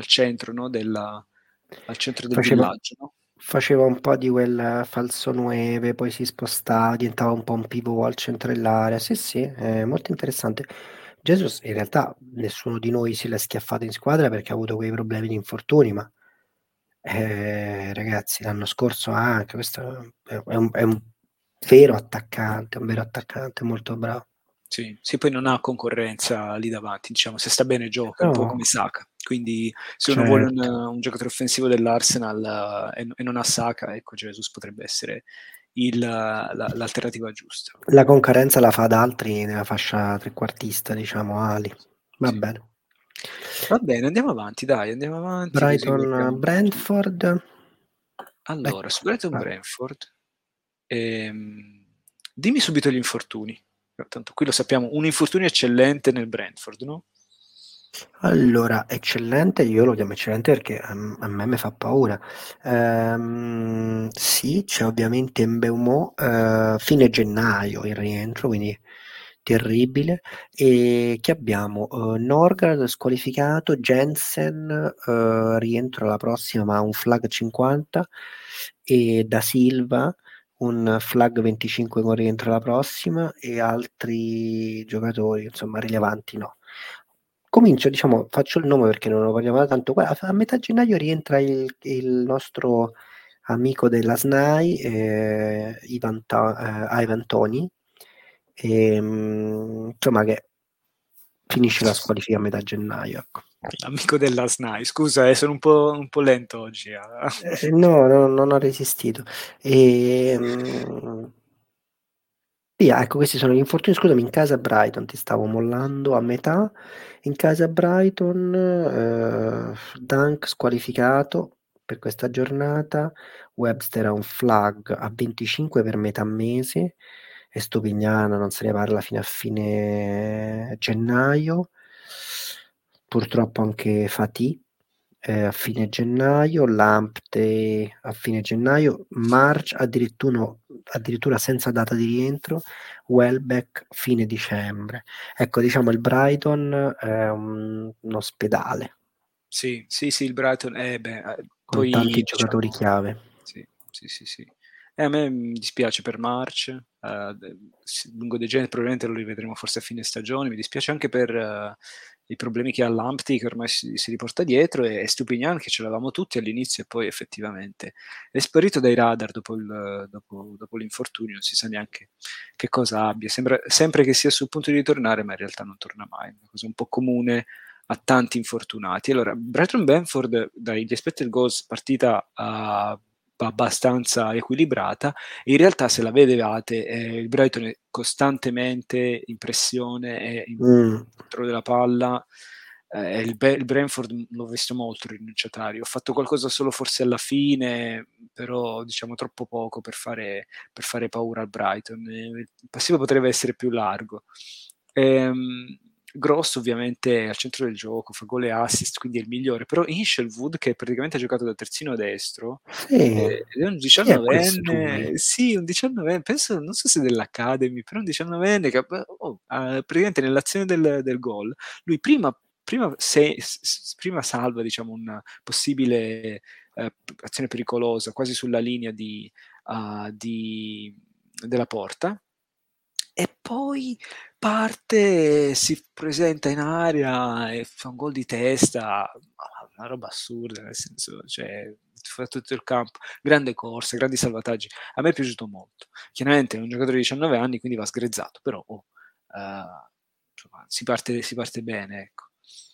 al centro del Faceva, villaggio, no? faceva un po' di quel falso 9, poi si spostava, diventava un po' un pivot al centro dell'area. Sì, sì, è molto interessante. Jesus, in realtà, nessuno di noi se l'è schiaffato in squadra perché ha avuto quei problemi di infortuni, ma ragazzi, l'anno scorso anche, questo è un vero attaccante, molto bravo. Sì, sì, poi non ha concorrenza lì davanti, diciamo, se sta bene gioca, è un po' No, come Saka. Quindi se uno vuole certo. un giocatore offensivo dell'Arsenal e non ha Saka, ecco, Jesus potrebbe essere l'alternativa giusta. La concorrenza la fa ad altri nella fascia trequartista, diciamo, ali. Va Sì. bene. Va bene, andiamo avanti, dai, andiamo avanti così Brighton, guardiamo un pochino. Brentford. Allora, su Ecco. Brighton Ah. Brentford, dimmi subito gli infortuni. Tanto qui lo sappiamo, un infortunio eccellente nel Brentford, no? Allora, eccellente, io lo chiamo eccellente perché a me mi fa paura. Sì, c'è ovviamente Mbeumo, fine gennaio il rientro, quindi terribile. E che abbiamo? Norgard squalificato, Jensen rientro alla prossima ma ha un flag 50 e Da Silva un flag 25 con rientro alla prossima e altri giocatori, insomma, rilevanti no. Comincio, diciamo, faccio il nome perché non lo voglio parlare tanto. Guarda, a metà gennaio rientra il nostro amico della SNAI, Ivan Toni, insomma, che finisce la squalifica a metà gennaio. Ecco. L'amico della SNAI, scusa, sono un po' lento oggi. No, no, non ho resistito. E, via, ecco, questi sono gli infortuni. Scusami, in casa Brighton ti stavo mollando a metà. In casa Brighton, Dunk squalificato per questa giornata. Webster ha un flag a 25 per metà mese. E Stupignano non se ne parla fino a fine gennaio. Purtroppo anche Fatih a fine gennaio, Lamptey a fine gennaio, March addirittura senza data di rientro, Welbeck fine dicembre. Ecco, diciamo il Brighton è un ospedale. Sì, sì, sì, il Brighton, con tanti poi giocatori diciamo, chiave. sì, sì, sì, sì. E a me mi dispiace per March, lungo dei generi probabilmente lo rivedremo forse a fine stagione, mi dispiace anche per i problemi che ha Lamptey, che ormai si riporta dietro, e Stupinian, che ce l'avevamo tutti all'inizio e poi effettivamente è sparito dai radar dopo l'infortunio, non si sa neanche che cosa abbia, sembra sempre che sia sul punto di ritornare, ma in realtà non torna mai, una cosa un po' comune a tanti infortunati. Allora, Brighton Benford dagli expected goals partita abbastanza equilibrata, in realtà se la vedevate il Brighton è costantemente in pressione e in controllo della palla, il Brentford l'ho visto molto rinunciatario, ho fatto qualcosa solo forse alla fine, però diciamo troppo poco per fare paura al Brighton, il passivo potrebbe essere più largo. Grosso ovviamente al centro del gioco, fa gol e assist, quindi è il migliore, però Hinchelwood, che praticamente ha giocato da terzino destro, Sì, ed è un chi è costui? 19enne, sì, un 19enne, penso, non so se dell'Academy, però un 19enne che praticamente nell'azione del gol, lui prima salva, diciamo, una possibile azione pericolosa, quasi sulla linea della porta, e poi parte, si presenta in area e fa un gol di testa, una roba assurda, nel senso, cioè, fa tutto il campo, grande corsa, grandi salvataggi. A me è piaciuto molto. Chiaramente è un giocatore di 19 anni, quindi va sgrezzato, però insomma, si parte bene, ecco.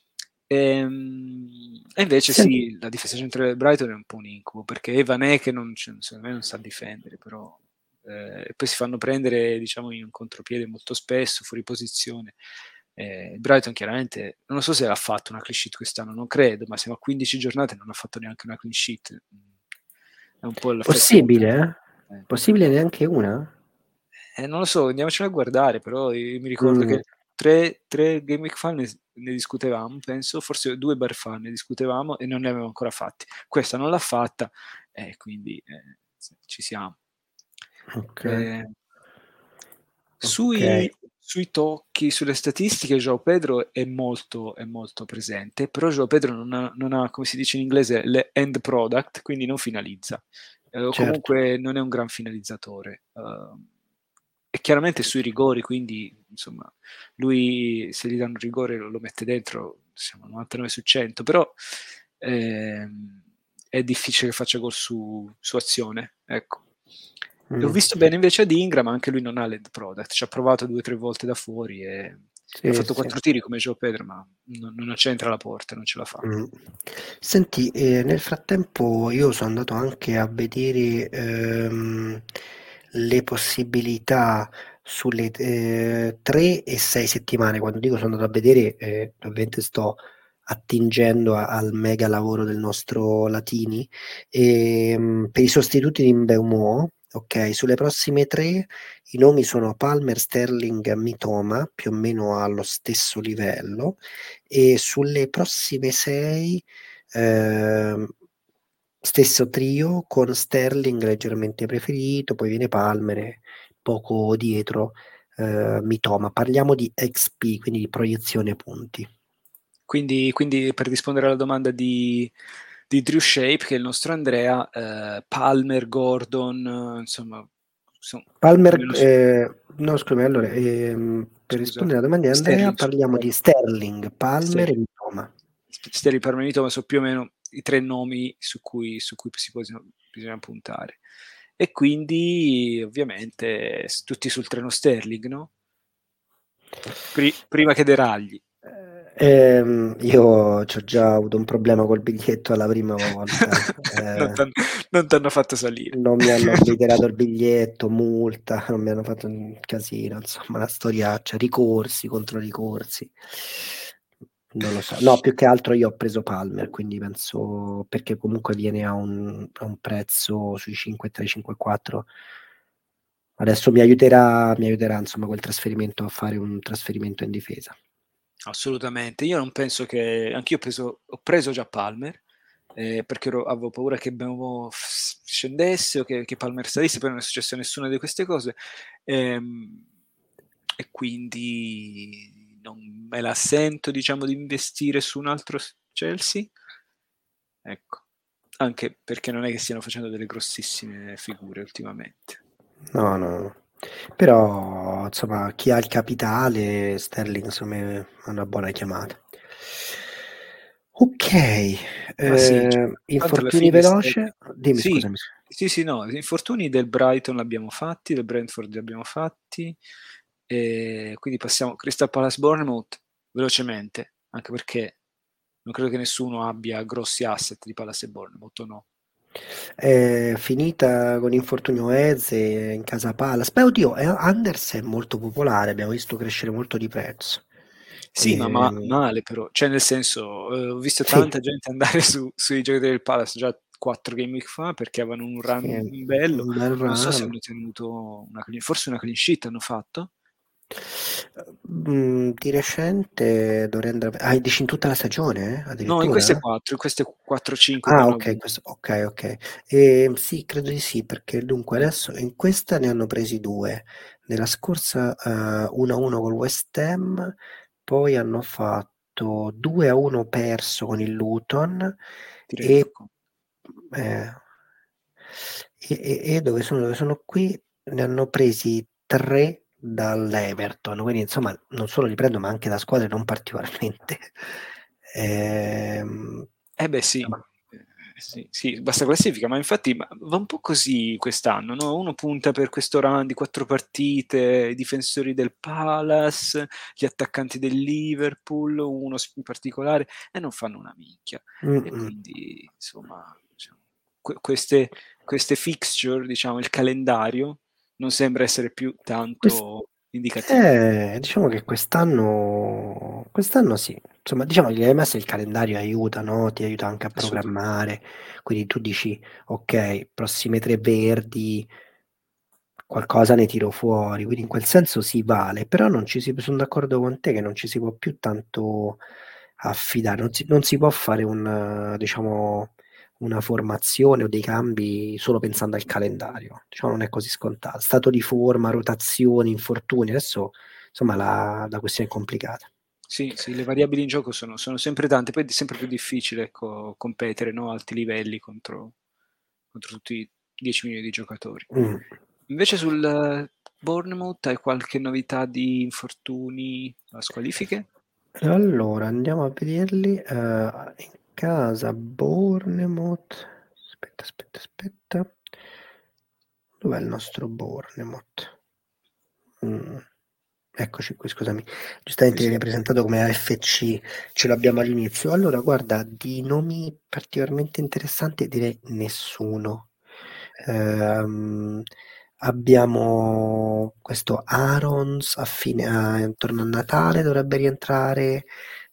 E invece Senti, sì, la difesa centrale del Brighton è un po' un incubo, perché Evan che secondo me non sa difendere, però e poi si fanno prendere, diciamo, in un contropiede molto spesso, fuori posizione. Il Brighton chiaramente, non lo so se ha fatto una clean sheet quest'anno, non credo, ma siamo a 15 giornate e non ha fatto neanche una clean sheet. È un po' l'effetto possibile? eh. Possibile neanche una? Non lo so, andiamocelo a guardare, però io mi ricordo Mm, che tre Game Week fa ne discutevamo, penso, forse 2 bar fa ne discutevamo e non ne avevamo ancora fatti. Questa non l'ha fatta e quindi ci siamo. ok, Eh, ok, sui tocchi, sulle statistiche, João Pedro è molto presente, però João Pedro non ha, come si dice in inglese, le end product, quindi non finalizza. O certo. comunque non è un gran finalizzatore. E chiaramente sui rigori, quindi insomma, lui se gli danno un rigore lo mette dentro, siamo 99 su 100, però è difficile che faccia gol su azione, ecco. E ho Mm, visto bene invece ad Ingram, ma anche lui non ha l'end product, ci ha provato 2 o 3 volte da fuori e ha sì, fatto sì. 4 tiri come Joe Pedro, ma non c'entra la porta, non ce la fa. Mm. Senti, nel frattempo io sono andato anche a vedere le possibilità sulle 3 e 6 settimane. Quando dico sono andato a vedere, ovviamente sto attingendo al mega lavoro del nostro Latini. Per i sostituti di Mbeumo, ok, sulle prossime 3 i nomi sono Palmer, Sterling, Mitoma, più o meno allo stesso livello, e sulle prossime 6 ehm, stesso trio con Sterling leggermente preferito, poi viene Palmer e poco dietro Mitoma. Parliamo di XP, quindi di proiezione punti. Quindi per rispondere alla domanda di Drew Shape, che è il nostro Andrea, Palmer, Gordon, insomma, più o Palmer, meno no, scusami, allora, per scusa, rispondere alla domanda di Andrea, Sterling, parliamo di Sterling, Palmer e Sterling, Mitoma. Sterling Parmenito, ma sono più o meno i 3 nomi su cui bisogna puntare. E quindi ovviamente tutti sul treno Sterling, no? Prima che deragli. Io ci ho già avuto un problema col biglietto alla prima volta. Non t'han non t'hanno fatto salire. Non mi hanno obliterato il biglietto, multa, non mi hanno fatto un casino, insomma, una storiaccia, ricorsi contro ricorsi. Non lo so. No, più che altro io ho preso Palmer, quindi penso perché comunque viene a un prezzo sui 5,3, 5,4. Adesso mi aiuterà insomma quel trasferimento a fare un trasferimento in difesa. Assolutamente. Io non penso che anch'io ho preso già Palmer, perché avevo paura che Mbeumo scendesse o che Palmer salisse, poi non è successo nessuna di queste cose. Ehm, e quindi non me la sento, diciamo, di investire su un altro Chelsea. ecco. Anche perché non è che stiano facendo delle grossissime figure ultimamente. No, no, no. Però, insomma, chi ha il capitale, Sterling, insomma, è una buona chiamata. Ok, Ma sì, cioè, tanto alla infortuni fine veloce. Dimmi, sì, scusami. sì, sì, no, gli infortuni del Brighton l'abbiamo fatti, del Brentford li abbiamo fatti, e quindi passiamo Crystal Palace Bournemouth velocemente, anche perché non credo che nessuno abbia grossi asset di Palace e Bournemouth, o no? È finita con infortunio Eze in casa Palace. Beh, oddio, Anders è molto popolare, abbiamo visto crescere molto di prezzo. Sì, ma Ehm, male però, cioè nel senso, ho visto sì, tanta gente andare sui giocatori del Palace già 4 game week fa perché avevano un sì, run bello, un bel non so se run. hanno tenuto forse una clean sheet hanno fatto? Di recente dovrei andare. Ah, dici in tutta la stagione, No, addirittura? in queste 4-5 che Ah, hanno ok, avuto. ok, ok. Sì, credo di sì, perché dunque Eh, adesso in questa ne hanno presi due. Nella scorsa 1-1 col West Ham, poi hanno fatto 2-1 perso con il Luton ti rendi e, conto? eh, e dove sono qui ne hanno presi tre dall'Everton, quindi insomma non solo li prendo ma anche da squadre non particolarmente. Ehm, Eh beh sì, insomma, sì, sì, basta classifica, ma infatti va un po' così quest'anno, no? Uno punta per questo run di 4 partite, i difensori del Palace, gli attaccanti del Liverpool, uno in particolare, e non fanno una minchia. mm, E mm. quindi, insomma, diciamo, queste fixture, diciamo, il calendario non sembra essere più Quest- tanto indicativo. diciamo che quest'anno sì, insomma, diciamo che l'MS il calendario aiuta, no? Ti aiuta anche a Assolutamente. programmare, quindi tu dici, ok, prossime tre verdi, qualcosa ne tiro fuori, quindi in quel senso si vale, però non ci si, sono d'accordo con te che non ci si può più tanto affidare, non si può fare diciamo, una formazione o dei cambi solo pensando al calendario, diciamo non è così scontato, stato di forma, rotazioni, infortuni, adesso insomma la questione è complicata. Sì, sì, le variabili in gioco sono sempre tante, poi è sempre più difficile, ecco, competere, no, a alti livelli contro tutti i 10 milioni di giocatori. Mm. Invece sul Bournemouth hai qualche novità di infortuni a squalifiche? Allora, andiamo a vederli. In casa Bournemouth. Aspetta, aspetta, aspetta. Dov'è il nostro Bournemouth? Mm, Eccoci qui, scusami. Sì, Giustamente sì. viene presentato come AFC, ce l'abbiamo all'inizio. Allora, guarda, di nomi particolarmente interessanti direi nessuno. Ehm, Abbiamo questo Arons intorno a Natale dovrebbe rientrare.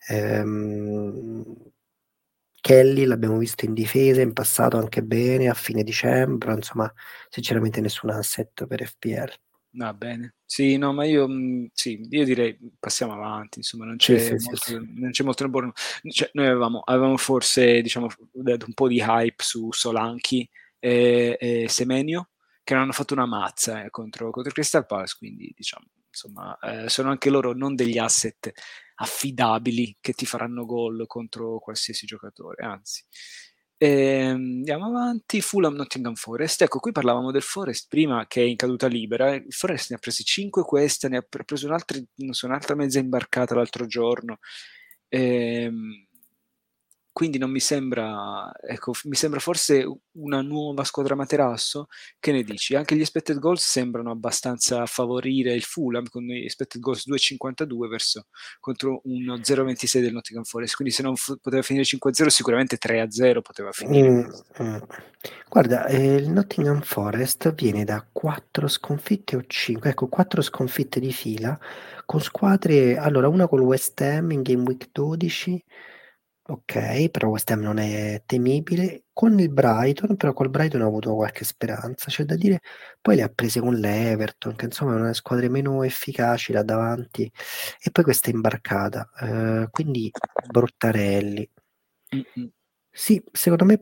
Ehm, Kelly l'abbiamo visto in difesa in passato anche bene a fine dicembre, insomma, sinceramente nessun asset per FPL. Va bene. Sì, no, ma io, sì, io direi passiamo avanti, insomma, Sì, sì, sì, sì. non c'è molto da Bournemouth. Cioè, noi avevamo forse, diciamo, dato un po' di hype su Solanke e Semenyo, che non hanno fatto una mazza contro Crystal Palace, quindi, diciamo, insomma, sono anche loro non degli asset affidabili che ti faranno gol contro qualsiasi giocatore, anzi. Andiamo avanti, Fulham Nottingham Forest. Ecco, qui parlavamo del Forest prima che è in caduta libera. Il Forest ne ha presi 5 questa, ne ha preso non so, un'altra mezza imbarcata l'altro giorno. Ehm, quindi non mi sembra, ecco, mi sembra forse una nuova squadra materasso. Che ne dici? Anche gli expected goals sembrano abbastanza favorire il Fulham con gli expected goals 2,52 contro uno 0,26 del Nottingham Forest. Quindi se non poteva finire 5-0, sicuramente 3-0 poteva finire Mm, questo. mm. Guarda, il Nottingham Forest viene da 4 sconfitte o 5, ecco, 4 sconfitte di fila con squadre, allora una col West Ham in Game Week 12, ok, però West Ham non è temibile, con il Brighton, però col Brighton ha avuto qualche speranza, c'è da dire, poi le ha prese con l'Everton, che insomma è una delle squadre meno efficaci là davanti, e poi questa imbarcata, quindi Brottarelli. Mm-mm. Sì, secondo me,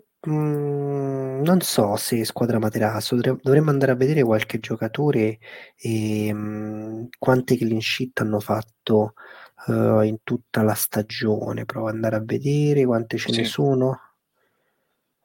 non so se squadra materasso, dovremmo andare a vedere qualche giocatore e quante clean sheet hanno fatto in tutta la stagione. Provo ad andare a vedere quante ce ne Sì. sono.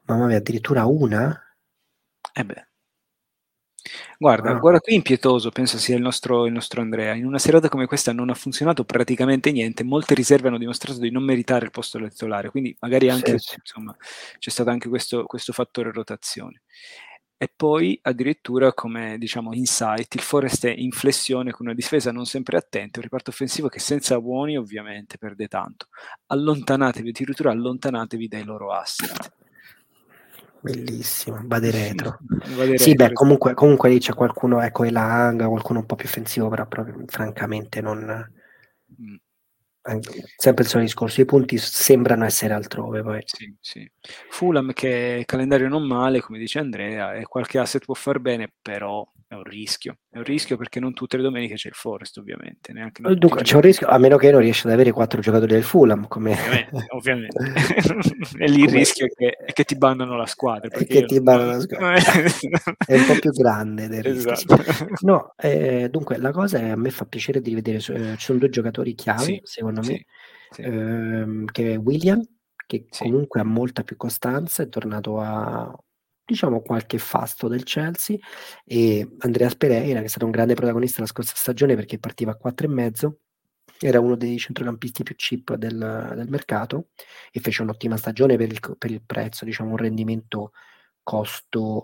Mamma mia, addirittura una? Eh beh. Guarda, Ah, guarda qui impietoso, penso sia il nostro Andrea. In una serata come questa non ha funzionato praticamente niente, molte riserve hanno dimostrato di non meritare il posto da titolare, quindi magari sì, anche, sì. insomma, c'è stato anche questo fattore rotazione. E poi addirittura come, diciamo, insight, il Forest è in flessione con una difesa non sempre attenta, un reparto offensivo che senza buoni ovviamente perde tanto. Allontanatevi, addirittura allontanatevi dai loro asset. Bellissimo, Bade retro. Vade Sì, beh, retro, esatto. comunque lì c'è qualcuno, ecco, Elanga, qualcuno un po' più offensivo, però proprio, francamente non... Mm. Sempre il solito discorso, i punti sembrano essere altrove poi. Sì, sì. Fulham che calendario non male, come dice Andrea, e qualche asset può far bene, però è un rischio. È un rischio perché non tutte le domeniche c'è il Forest, ovviamente, neanche non tutti i Dunque c'è un giocatori. rischio, a meno che non riesci ad avere 4 giocatori del Fulham, come... Ovviamente, ovviamente. E lì il come... rischio è che ti bannano la squadra, e perché che io ti non... barra la squadra. È un po' più grande del rischio, sì. Esatto. No, dunque la cosa è, a me fa piacere di vedere, ci sono due giocatori chiave, Sì, secondo me, sì, sì, che è William, che sì, comunque ha molta più costanza, è tornato a, diciamo, qualche fasto del Chelsea, e Andreas Pereira, che è stato un grande protagonista la scorsa stagione perché partiva a 4,5, era uno dei centrocampisti più cheap del mercato e fece un'ottima stagione per il prezzo, diciamo un rendimento costo,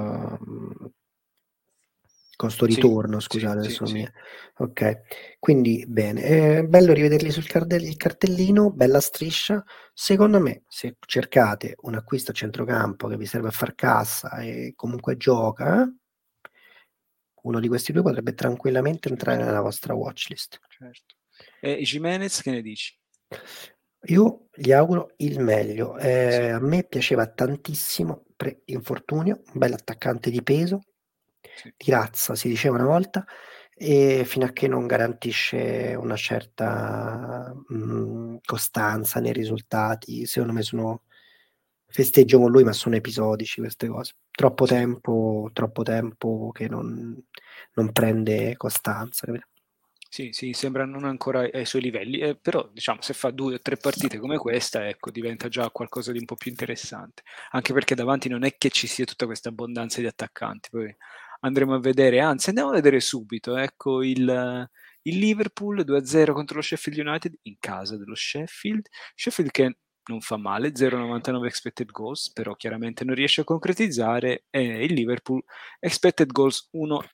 costo sì, ritorno, sì, scusate, sì, adesso sì. ok. Quindi bene, è bello rivederli sul il cartellino, bella striscia. Secondo me, se cercate un acquisto a centrocampo che vi serve a far cassa e comunque gioca, uno di questi due potrebbe tranquillamente entrare Certo, nella vostra watchlist. certo. E Jimenez, che ne dici? Io gli auguro il meglio. Sì, A me piaceva tantissimo pre-infortunio, un bel attaccante di peso, sì, di razza si diceva una volta, e fino a che non garantisce una certa costanza nei risultati, secondo me sono festeggio con lui, ma sono episodici queste cose. sì. Troppo tempo che non prende costanza, capito? Sì, sì, sembra non ancora ai suoi livelli, però diciamo se fa 2 o 3 partite come questa, ecco, diventa già qualcosa di un po' più interessante, anche perché davanti non è che ci sia tutta questa abbondanza di attaccanti, poi andremo a vedere, anzi andiamo a vedere subito, ecco il Liverpool 2-0 contro lo Sheffield United in casa dello Sheffield che non fa male, 0,99 expected goals, però chiaramente non riesce a concretizzare, e il Liverpool expected goals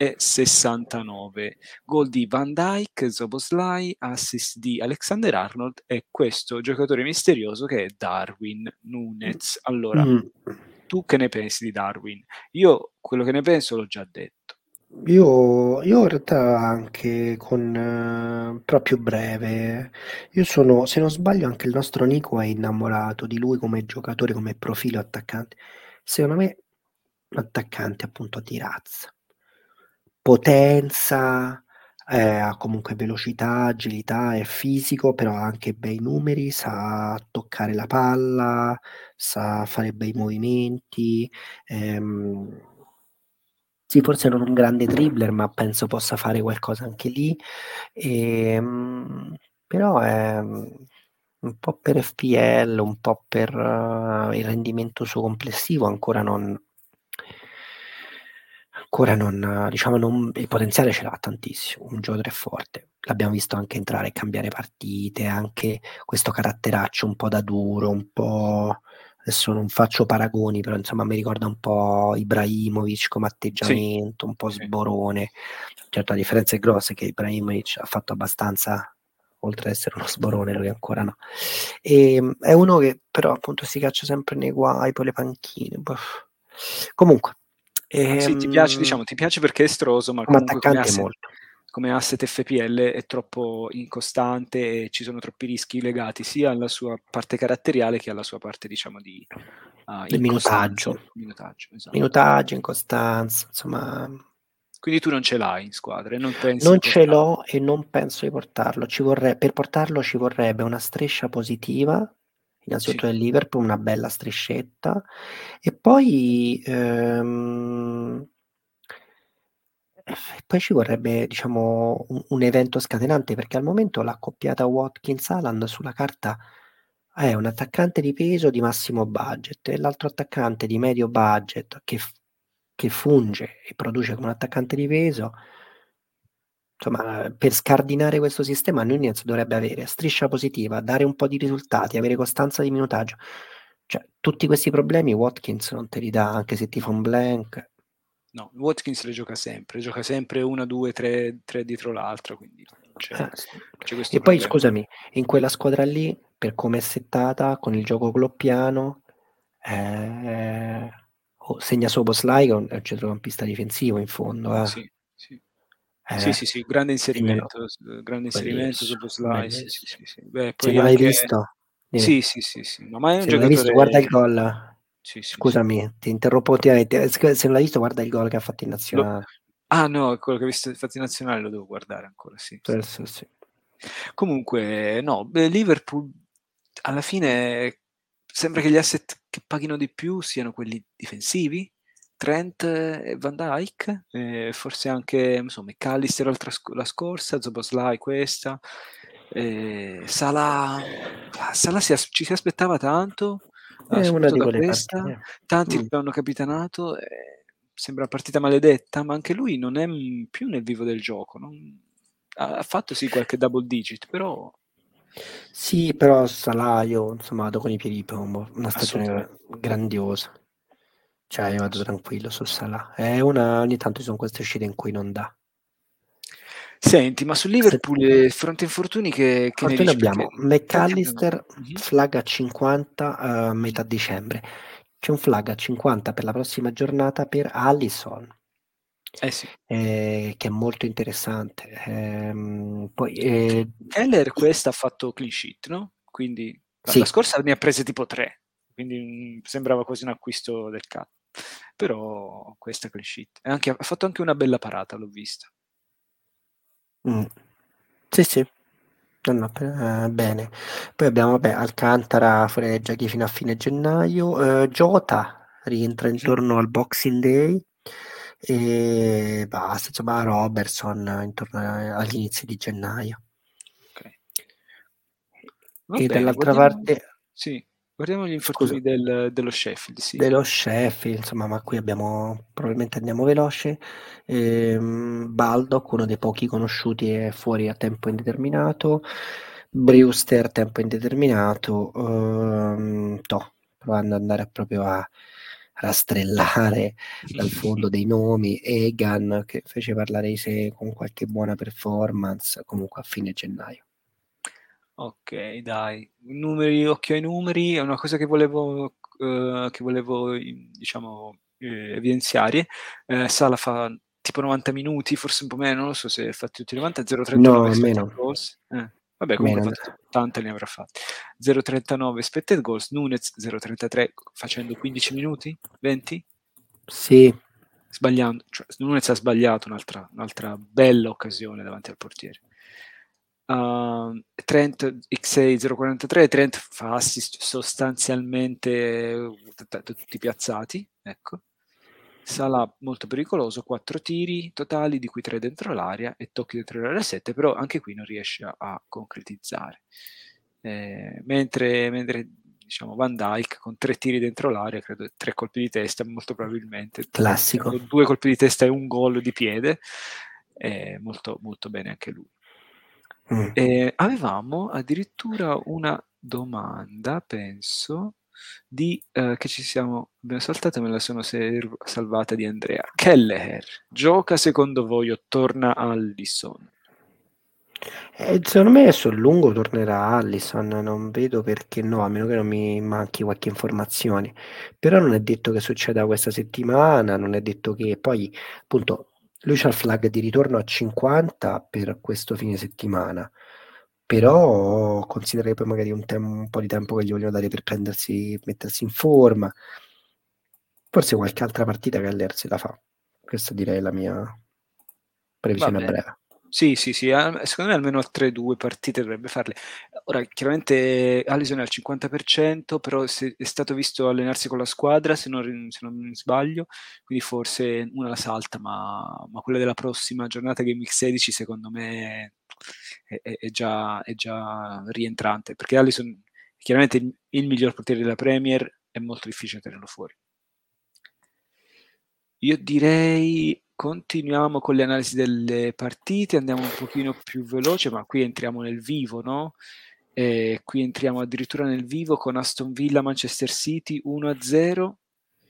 1,69. Gol di Van Dijk, Szoboszlai, assist di Alexander Arnold e questo giocatore misterioso che è Darwin Núñez. Allora, Mm. tu che ne pensi di Darwin? Io quello che ne penso l'ho già detto. Io in realtà anche con però più breve. Io sono, se non sbaglio, anche il nostro Nico è innamorato di lui come giocatore, come profilo attaccante. Secondo me, un attaccante appunto di razza. Potenza, ha comunque velocità, agilità, è fisico, però ha anche bei numeri, sa toccare la palla, sa fare bei movimenti. ehm, sì, forse non un grande dribbler, ma penso possa fare qualcosa anche lì. Però è un po' per FPL, un po' per il rendimento suo complessivo, diciamo, il potenziale ce l'ha tantissimo, un giocatore forte. L'abbiamo visto anche entrare e cambiare partite, anche questo caratteraccio un po' da duro, un po'... Adesso non faccio paragoni, però insomma mi ricorda un po' Ibrahimovic come Sì, atteggiamento, un po' sì, sborone. Certo, la differenza è grossa, è che Ibrahimovic ha fatto abbastanza, oltre ad essere uno sborone, lui ancora no. È uno che però appunto si caccia sempre nei guai, poi le panchine. Boh. Comunque, sì, ti piace, ehm, diciamo, ti piace perché è estroso, ma come comunque attaccante molto. come asset FPL è troppo incostante e ci sono troppi rischi legati sia alla sua parte caratteriale che alla sua parte, diciamo, di Il incostanza, minutaggio, minutaggio, esatto. incostanza, insomma, Quindi tu non ce l'hai in squadra e non pensi non di ce portarlo. l'ho e non penso di portarlo. Per portarlo ci vorrebbe una striscia positiva, Sì, innanzitutto del Liverpool, una bella striscetta, e poi, ci vorrebbe, diciamo, un evento scatenante, perché al momento l'accoppiata Watkins-Haaland sulla carta è un attaccante di peso di massimo budget e l'altro attaccante di medio budget che funge e produce come un attaccante di peso. Insomma, per scardinare questo sistema Nunez dovrebbe avere striscia positiva, dare un po' di risultati, avere costanza di minutaggio. Cioè, tutti questi problemi Watkins non te li dà, anche se ti fa No, un blank. no, Watkins le gioca sempre una, due, tre dietro l'altra, quindi c'è questo E poi problema. scusami, in quella squadra lì, per come è settata, con il gioco cloppiano, segna Szoboszlai che è un centrocampista difensivo in fondo. Sì, sì. Eh, Sì, grande segnano inserimento, bellissimo, Szoboszlai, sì, bellissimo. sì. Beh, Se poi non l'hai anche visto, dimmi. sì, no, ma è un Se non l'hai visto, guarda il giocatore gol. sì. Scusami, ti interrompo ultimamente. Se non l'hai visto, guarda il gol che ha fatto in Lo nazionale. no, quello che ho visto infatti in nazionale lo devo guardare ancora, sì. Sì, sì, sì. Comunque no, Liverpool alla fine sembra che gli asset che paghino di più siano quelli difensivi, Trent e Van Dijk, forse anche insomma McAllister la scorsa, Szoboszlai questa, Salah ci si aspettava tanto, È una soprattutto di da quelle questa, partite. tanti Mm. lo hanno capitanato, sembra partita maledetta, ma anche lui non è più nel vivo del gioco, ha fatto sì qualche double digit, però Sì, però Salah io insomma vado con i piedi di piombo, una assolutamente. stagione grandiosa. Cioè io vado Ass- tranquillo su Salah. Ogni tanto ci sono queste uscite in cui non dà. Senti, ma su Se- Liverpool, fronte infortuni, che ne Fortuna dici? abbiamo Perché tanti abbiamo... McAllister Mhm, flag a 50 a mhm. metà dicembre. C'è un flag a 50 per la prossima giornata per Allison, Eh sì. che è molto interessante. Poi, Keller questa ha fatto clean sheet, no? Quindi la sì, scorsa ne ha prese tipo 3, quindi sembrava quasi un acquisto del capo. Però questa clean sheet. Ha fatto anche una bella parata, l'ho vista. mm, sì, sì. No, no, bene. Poi abbiamo, vabbè, Alcantara fuori dai giochi fino a fine gennaio. Jota rientra Mhm, intorno al Boxing Day. E basta, insomma, Robertson intorno agli inizi di gennaio. ok. Va E bene, dall'altra guardiamo, parte, sì, guardiamo gli scusa, infortuni dello Sheffield, sì. dello Sheffield, insomma, ma qui abbiamo, probabilmente andiamo veloce. Baldock, uno dei pochi conosciuti, è fuori a tempo indeterminato. Brewster, a tempo indeterminato. Provando ad andare proprio a rastrellare dal fondo dei nomi. Egan, che fece parlare di sé con qualche buona performance, comunque a fine gennaio. Ok, dai, occhio ai numeri, è una cosa che volevo diciamo, evidenziare. Sala fa tipo 90 minuti, forse un po' meno, non lo so se ha fatti tutti i 90, 0,39 No, expected meno, goals. Vabbè, comunque ha meno. fatto tipo 80 ne avrà fatti. 0,39 expected goals, Nunez 0,33 facendo 15 minuti, 20? Sì. Sbagliando, cioè Nunez ha sbagliato un'altra bella occasione davanti al portiere. Trent X6 043, Trent fa assist sostanzialmente tutti piazzati, ecco. Salah molto pericoloso, 4 tiri totali, di cui 3 dentro l'area e tocchi dentro l'area 7, però anche qui non riesce a concretizzare. Mentre diciamo Van Dijk con 3 tiri dentro l'area, credo 3 colpi di testa, molto probabilmente, Classico. facendo 2 colpi di testa e un gol di piede, molto, molto bene anche lui. Mm. Avevamo addirittura una domanda, penso, che abbiamo saltato, me la sono salvata, di Andrea. Kelleher, gioca secondo voi o torna Allison? Secondo me sul lungo tornerà Allison, non vedo perché no, a meno che non mi manchi qualche informazione. Però non è detto che succeda questa settimana, non è detto che poi, appunto, lui c'ha il flag di ritorno a 50 per questo fine settimana. Però considererei poi magari un po' di tempo che gli vogliono dare per mettersi in forma. Forse qualche altra partita che se la fa. Questa direi è la mia Va previsione a bene. breve. Sì, secondo me almeno altre 2 partite dovrebbe farle. Ora, chiaramente Alisson è al 50%, però è stato visto allenarsi con la squadra, se non mi sbaglio, quindi forse una la salta, ma quella della prossima giornata Game Week 16 secondo me è già rientrante, perché Alisson chiaramente il miglior portiere della Premier è molto difficile tenerlo fuori. Io direi continuiamo con le analisi delle partite, andiamo un pochino più veloce, ma qui entriamo nel vivo, no? Qui entriamo addirittura nel vivo con Aston Villa Manchester City 1-0.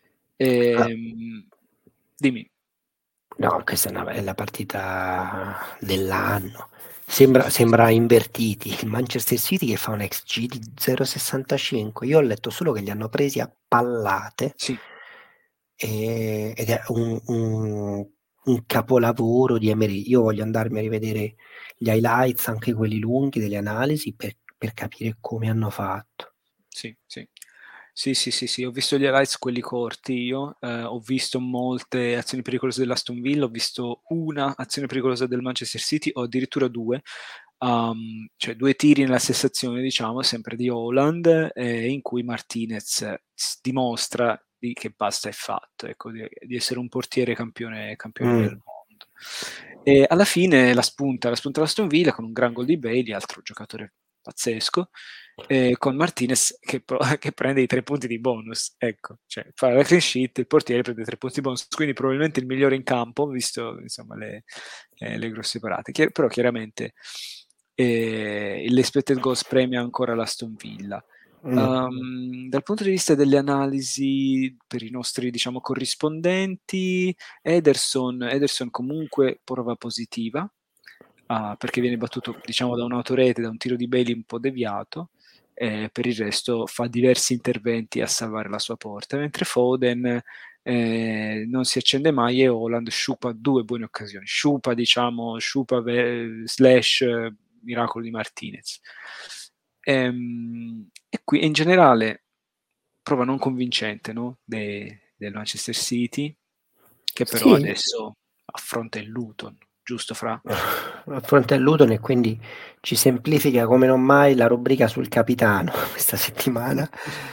Dimmi. No, questa è la partita dell'anno. Sembra invertiti. Il Manchester City che fa un XG di 0,65. Io ho letto solo che li hanno presi a pallate. Sì. Ed è un capolavoro di Emery. Io voglio andarmi a rivedere gli highlights, anche quelli lunghi, delle analisi, per capire come hanno fatto. Sì, sì. Sì, ho visto gli highlights, quelli corti io, ho visto molte azioni pericolose dell'Aston Villa, ho visto una azione pericolosa del Manchester City, o addirittura due, cioè 2 tiri nella stessa azione, diciamo, sempre di Haaland, in cui Martinez dimostra che basta è fatto, ecco, di essere un portiere campione del mondo. E alla fine la spunta l'Aston Villa con un gran gol di Bailey, altro giocatore pazzesco, con Martinez che prende i 3 punti di bonus, ecco, cioè fa la clean sheet, il portiere prende 3 punti di bonus, quindi probabilmente il migliore in campo, visto insomma le grosse parate. Però chiaramente l'expected goals premia ancora l'Aston Villa. Dal punto di vista delle analisi per i nostri, diciamo, corrispondenti, Ederson comunque prova positiva, perché viene battuto, diciamo, da un'autorete, da un tiro di Bailey un po' deviato, per il resto fa diversi interventi a salvare la sua porta, mentre Foden non si accende mai e Haaland sciupa 2 buone occasioni, slash miracolo di Martinez. E qui in generale prova non convincente, no? Del Manchester City, che però Sì, adesso affronta il Luton, giusto Fra? affronta il Luton e quindi ci semplifica come non mai la rubrica sul capitano questa settimana.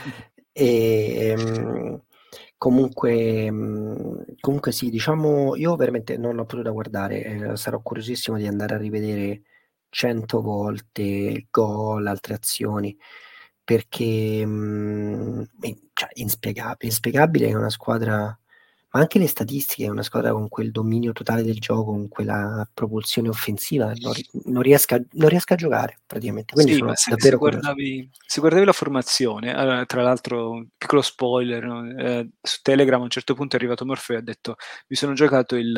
E comunque sì, diciamo, io veramente non l'ho potuta guardare, sarò curiosissimo di andare a rivedere 100 volte gol, altre azioni, perché cioè, inspiegabile che una squadra, ma anche le statistiche, una squadra con quel dominio totale del gioco, con quella propulsione offensiva, non riesca a giocare praticamente. Quindi Sì, ma sono se davvero curioso. guardavi la formazione, tra l'altro, un piccolo spoiler, no? Su Telegram a un certo punto è arrivato Morfeo e ha detto: mi sono giocato il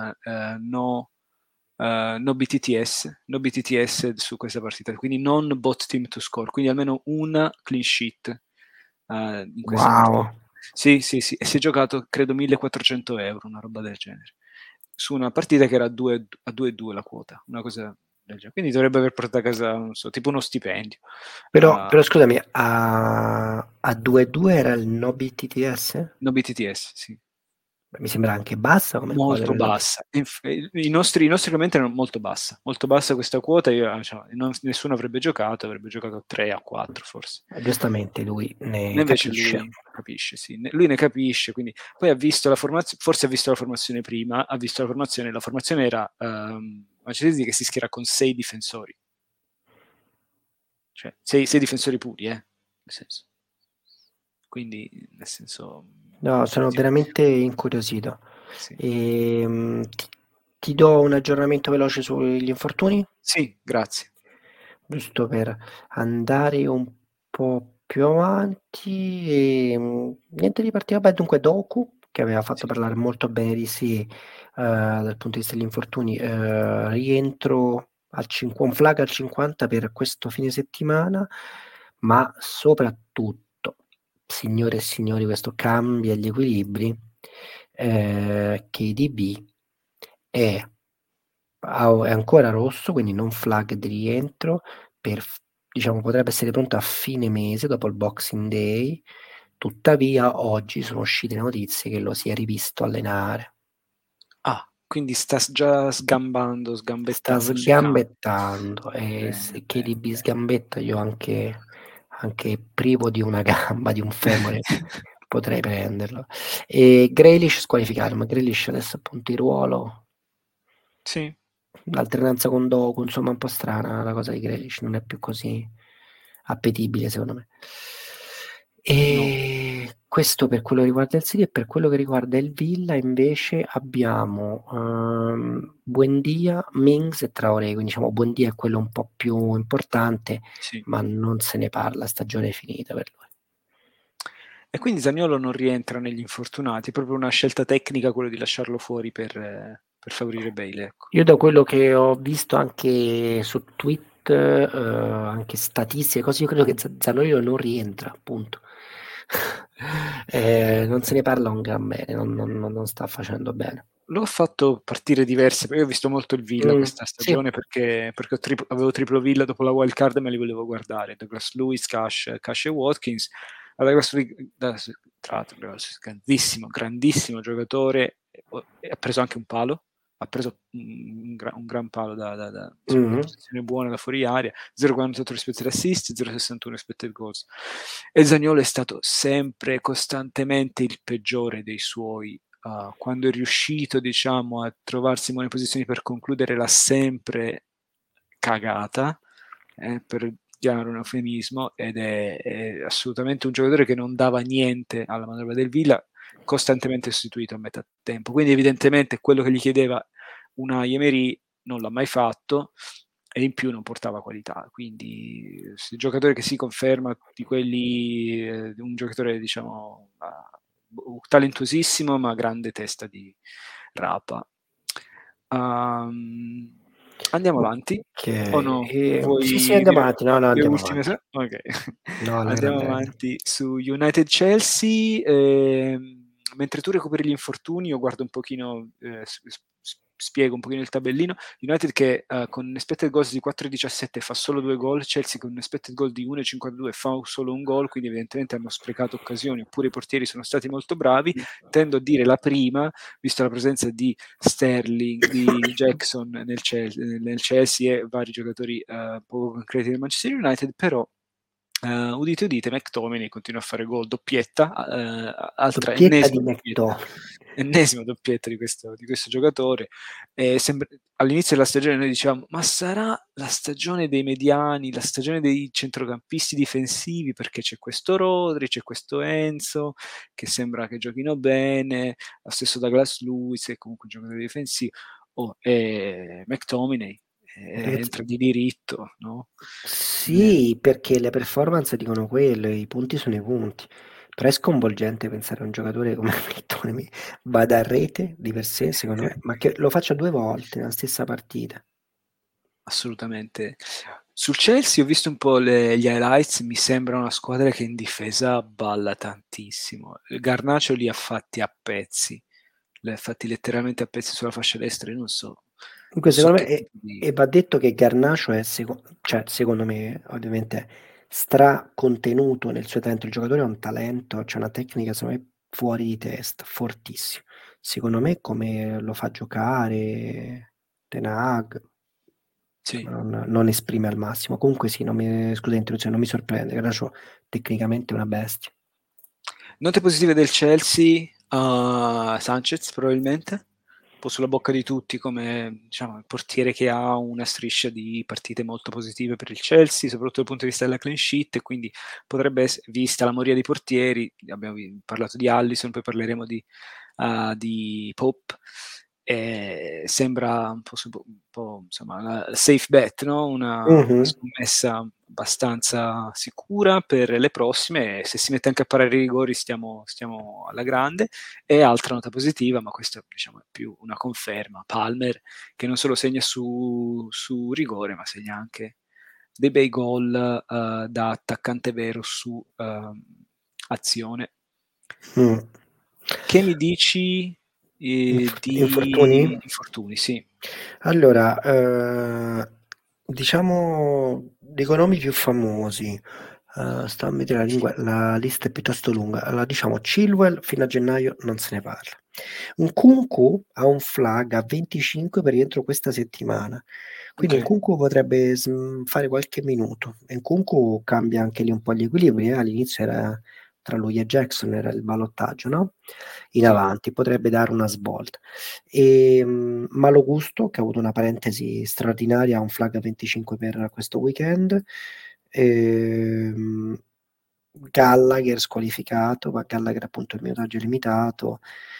no BTTS su questa partita, quindi non bot team to score, quindi almeno una clean sheet in questa partita. Wow. Sì, e si è giocato credo 1.400 euro, una roba del genere, su una partita che era a 2-2 la quota, una cosa del genere. Quindi dovrebbe aver portato a casa, non so, tipo uno stipendio. Però scusami, a 2-2 era il no BTTS? No BTTS, sì. Mi sembra anche bassa come quota Molto per il no bassa. I nostri commenti erano molto bassa questa quota. Cioè, nessuno avrebbe giocato a 3 a 4 forse. Giustamente lui E ne invece capisce. lui capisce, sì. Lui ne capisce, quindi poi ha visto la formazione, forse ha visto la formazione prima, ha visto la formazione era Manchester City che si schiera con 6 difensori, cioè 6 difensori puri, nel senso. Quindi, nel senso, No, sono sì. veramente incuriosito. Sì. Ti do un aggiornamento veloce sugli infortuni, Sì, grazie. giusto per andare un po' più avanti. Niente di particolare. Beh, dunque, Doku, che aveva fatto Sì. parlare molto bene di sé dal punto di vista degli infortuni, rientro un flag al 50 per questo fine settimana, ma soprattutto, signore e signori, questo cambia gli equilibri. KDB è, è ancora rosso, quindi non flag di rientro, diciamo, potrebbe essere pronto a fine mese dopo il Boxing Day. Tuttavia oggi sono uscite notizie che lo si è rivisto allenare. Quindi sta già Sta sgambettando sui campi. sgambettando e Bene, se bene, KDB bene. sgambetta io anche privo di una gamba, di un femore, potrei prenderlo. E Grealish squalificato, ma Grealish adesso appunto in ruolo, Sì, l'alternanza con Doku, insomma un po' strana la cosa di Grealish, non è più così appetibile secondo me. No. E questo per quello che riguarda il City, e per quello che riguarda il Villa invece abbiamo Buendia, Mings e Traoré, quindi diciamo Buendia è quello un po' più importante, Sì. ma non se ne parla, stagione è finita per lui. E quindi Zaniolo non rientra negli infortunati, è proprio una scelta tecnica quello di lasciarlo fuori per favorire Bale, ecco. Io da quello che ho visto anche su Twitter, anche statistiche, così, io credo che Zaniolo non rientra, appunto. Non se ne parla un gran bene, non sta facendo bene. Lo ha fatto partire diverse, perché io ho visto molto il Villa questa Sì. stagione perché avevo triplo Villa dopo la wild card e me li volevo guardare. Douglas Lewis, Cash e Watkins. Douglas Lewis, tra l'altro, grandissimo giocatore, e ha preso anche un palo, ha preso un gran palo insomma, da posizione buona da fuori area, 0,48 expected assist, 0,61 expected goals. E Zaniolo è stato sempre, costantemente il peggiore dei suoi. Quando è riuscito, diciamo, a trovarsi in buone posizioni per concludere, l'ha sempre cagata, per chiamare un eufemismo, ed è assolutamente un giocatore che non dava niente alla manovra del Villa, costantemente sostituito a metà tempo. Quindi evidentemente quello che gli chiedeva una Emery non l'ha mai fatto, e in più non portava qualità. Quindi il giocatore che si conferma di quelli, un giocatore, diciamo, talentuosissimo, ma grande testa di rapa. Andiamo avanti o no? Sì, Vuoi andiamo dire avanti, no, le andiamo ultime? avanti. Ok. No, alla Andiamo grande. avanti su United Chelsea. Mentre tu recuperi gli infortuni, io guardo un pochino, spiego un pochino il tabellino. United che con un expected goals di 4,17 fa solo 2 gol, Chelsea con un expected goal di 1,52 fa solo un gol, quindi evidentemente hanno sprecato occasioni, oppure i portieri sono stati molto bravi. Tendo a dire la prima, visto la presenza di Sterling, di Jackson nel Chelsea e vari giocatori poco concreti del Manchester United, però udite udite, McTominay continua a fare gol, doppietta, Doppietta di McTominay. ennesima doppietta di questo giocatore. All'inizio della stagione noi dicevamo, ma sarà la stagione dei mediani, la stagione dei centrocampisti difensivi, perché c'è questo Rodri, c'è questo Enzo, che sembra che giochino bene, lo stesso Douglas Lewis, che è comunque un giocatore difensivo, McTominay Ragazzi, entra di diritto, no? sì, perché le performance dicono quello, i punti sono i punti. Però è sconvolgente pensare a un giocatore come McTominay vada a rete di per sé, secondo me, ma che lo faccia 2 volte nella stessa partita. Assolutamente. Sul Chelsea ho visto un po' gli highlights, mi sembra una squadra che in difesa balla tantissimo. Garnacio li ha fatti a pezzi, li ha fatti letteralmente a pezzi sulla fascia destra, io non so, Comunque non so secondo me che tipo di... e va detto che Garnacho è cioè secondo me ovviamente stracontenuto nel suo talento, il giocatore ha un talento, c'ha una tecnica secondo me fuori di testa, fortissimo. Secondo me come lo fa giocare Ten Hag, Sì. non esprime al massimo. Comunque sì, scusa l'interruzione, non mi sorprende, Garnacho tecnicamente è una bestia. Note positive del Chelsea, Sanchez probabilmente, un po' sulla bocca di tutti come, diciamo, il portiere che ha una striscia di partite molto positive per il Chelsea, soprattutto dal punto di vista della clean sheet, e quindi potrebbe essere, vista la moria di portieri, abbiamo parlato di Allison, poi parleremo di Pope, sembra un po' insomma, la safe bet, no? Una Mhm. scommessa abbastanza sicura per le prossime, se si mette anche a parare i rigori stiamo alla grande. E altra nota positiva, ma questa diciamo è più una conferma, Palmer che non solo segna su rigore, ma segna anche dei bei gol da attaccante vero su azione. Mm. Che mi dici Infortuni? di infortuni? Sì. Allora, diciamo dico nomi più famosi. Sto a vedere la lista è piuttosto lunga. Allora, diciamo Chilwell fino a gennaio non se ne parla. Nkunku ha un flag a 25 per rientro questa settimana. Quindi Ok. Nkunku potrebbe fare qualche minuto. E Nkunku cambia anche lì un po' gli equilibri. All'inizio era tra lui e Jackson, era il ballottaggio, no? In Sì. avanti, potrebbe dare una svolta. Malo Gusto, che ha avuto una parentesi straordinaria, ha un flag a 25 per questo weekend. Gallagher squalificato, ma Gallagher appunto il minutaggio è limitato,